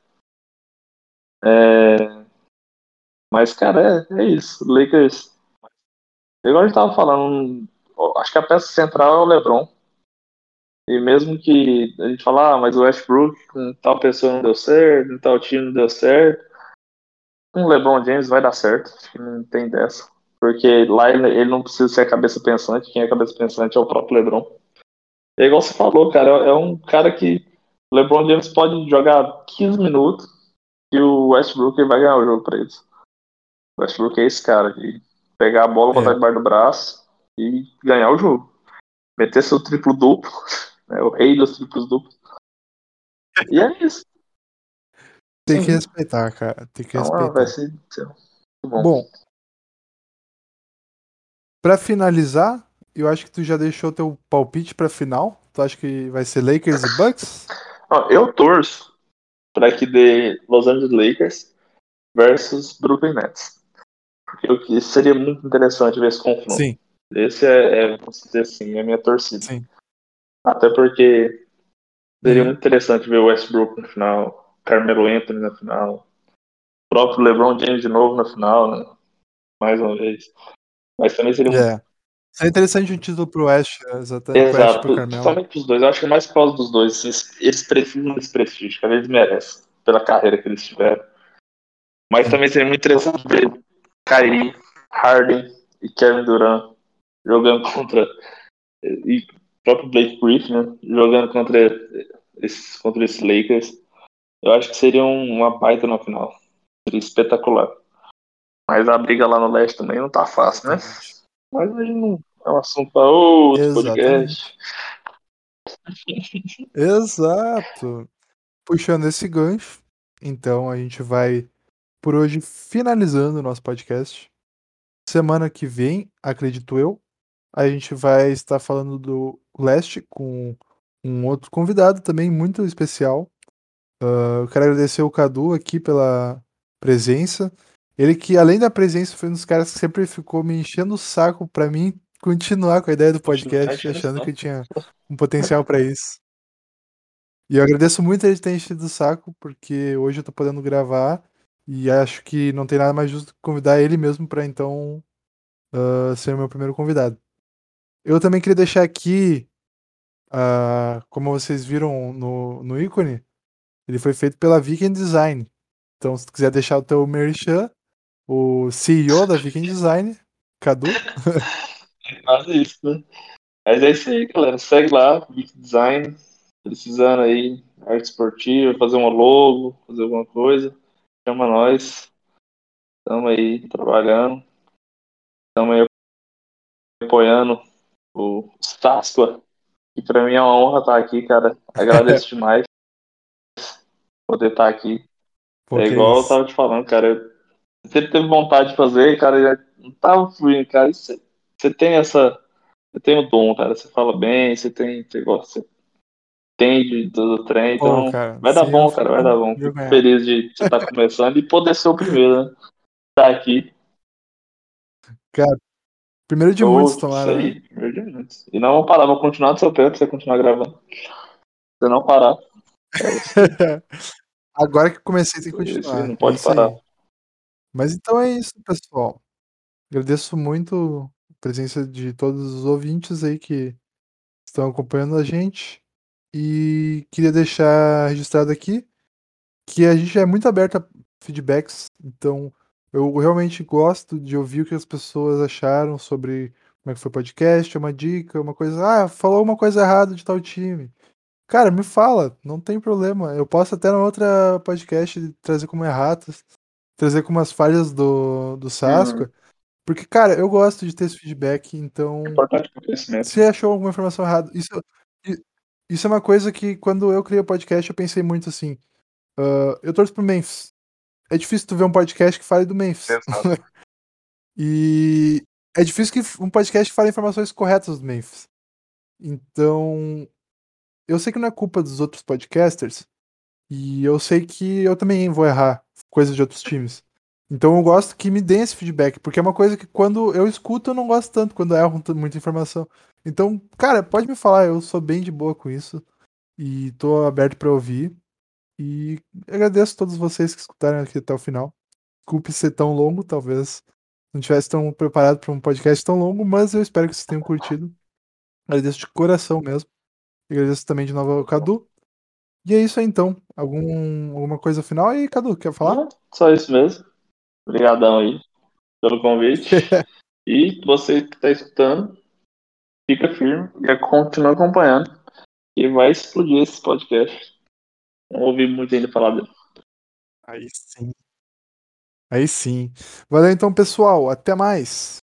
É, mas, cara, é, é isso. Lakers, igual a gente tava falando, acho que a peça central é o LeBron. E mesmo que a gente fala, ah, mas o Westbrook com tal pessoa não deu certo, com tal time não deu certo, com o LeBron James vai dar certo. Acho que não tem dessa. Porque lá ele, ele não precisa ser a cabeça pensante, quem é a cabeça pensante é o próprio LeBron. É igual você falou, cara, é, é um cara que o LeBron James pode jogar quinze minutos e o Westbrook vai ganhar o jogo pra eles. O Westbrook é esse cara de pegar a bola, botar É. debaixo do braço e ganhar o jogo. Meter seu triplo duplo, né, o rei dos triplos duplos. E é isso. Tem que Sim. respeitar, cara. Tem que Então ah, vai respeitar. ser, ser muito bom. Bom, pra finalizar, eu acho que tu já deixou teu palpite pra final. Tu acha que vai ser Lakers e Bucks? Ó, eu torço para que dê Los Angeles Lakers versus Brooklyn Nets. Porque o que seria muito interessante ver esse confronto. Sim, Esse é, é, vamos dizer assim, é a minha torcida. sim. Até porque seria Uhum. muito interessante ver o Westbrook na final, Carmelo Anthony na final, o próprio LeBron James de novo na final, né? Mais uma vez. Mas também seria um. É. Seria interessante um título pro West, exatamente, pro West e pro Exato, Carmelo. principalmente os dois. Eu acho que é mais por causa dos dois. Eles, eles precisam desse prestígio, cara. Eles merecem, pela carreira que eles tiveram. Mas Sim. também seria muito interessante ver Kyrie, Harden e Kevin Durant jogando contra. E o próprio Blake Griffin, né? Jogando contra esses, contra esses Lakers. Eu acho que seria um- uma baita na final. Seria espetacular. Mas a briga lá no leste também não tá fácil, né? Exatamente. Mas aí não é um assunto para outro Exatamente. podcast. Exato. Puxando esse gancho, então a gente vai por hoje finalizando o nosso podcast. Semana que vem, acredito eu, a gente vai estar falando do Leste com um outro convidado também muito especial. Uh, eu quero agradecer o Cadu aqui pela presença. Ele que, além da presença, foi um dos caras que sempre ficou me enchendo o saco pra mim continuar com a ideia do Poxa, não tá podcast, enchendo isso, achando não. que tinha um potencial pra isso. E eu agradeço muito ele ter enchido o saco, porque hoje eu tô podendo gravar e acho que não tem nada mais justo que convidar ele mesmo pra então uh, ser o meu primeiro convidado. Eu também queria deixar aqui, uh, como vocês viram no, no ícone, ele foi feito pela Viking Design. Então, se tu quiser deixar o teu merchan, o C E O da Viking Design, Cadu. Quase isso, né? Mas é isso aí, galera. Segue lá, Geek Design. Precisando aí, arte esportiva, fazer uma logo, fazer alguma coisa. Chama nós. Estamos aí trabalhando. Estamos aí apoiando o Sasqua. E pra mim é uma honra estar aqui, cara. Agradeço demais poder estar aqui. Pô, É que igual eu isso. tava te falando, cara. Eu sempre teve vontade de fazer, cara. Já não tava fluindo, cara. Você você tem essa. Você tem o dom, cara. Você fala bem, você tem. Você gosta, entende do trem, Pô, então cara, vai dar sim, eu bom, cara, vai fico dar bom. Fico envergonhado. feliz de você estar começando e poder ser o primeiro, né? Tá aqui. Cara, primeiro de muitos, Show, isso tomara, né? aí, primeiro de muitos. E não vou parar, vou continuar do seu pé pra você continuar gravando. Se não parar, é isso aí. Agora que comecei, tem que É isso aí, continuar. não É pode isso parar. aí. Mas então é isso, pessoal. Agradeço muito a presença de todos os ouvintes aí que estão acompanhando a gente. E queria deixar registrado aqui que a gente é muito aberto a feedbacks, então eu realmente gosto de ouvir o que as pessoas acharam sobre como é que foi o podcast, uma dica, uma coisa, ah, falou uma coisa errada de tal time. Cara, me fala, não tem problema. Eu posso até na outra podcast trazer como erratas, trazer como as falhas do, do Uhum. Sasco, porque, cara, eu gosto de ter esse feedback, É então importante para o crescimento. se achou alguma informação errada, isso, i- isso é uma coisa que quando eu criei o podcast eu pensei muito assim, ah, eu torço pro Memphis. É difícil tu ver um podcast que fale do Memphis. Exato. E é difícil que um podcast fale informações corretas do Memphis. Então, eu sei que não é culpa dos outros podcasters, e eu sei que eu também vou errar coisas de outros times. Então eu gosto que me deem esse feedback, porque é uma coisa que quando eu escuto eu não gosto tanto, quando erro t- muita informação. Então, cara, pode me falar, eu sou bem de boa com isso, e tô aberto pra ouvir. E agradeço a todos vocês que escutaram aqui até o final. Desculpe ser tão longo, talvez não tivesse tão preparado para um podcast tão longo, mas eu espero que vocês tenham curtido. Agradeço de coração mesmo. E agradeço também de novo ao Cadu. E é isso aí então. Algum, alguma coisa final aí, Cadu, quer falar? Não, só isso mesmo. Obrigadão aí pelo convite. E você que está escutando, fica firme e continua acompanhando. E vai explodir esse podcast. Não ouvi muito ainda falar dele. Aí sim. Aí sim. Valeu então, pessoal. Até mais.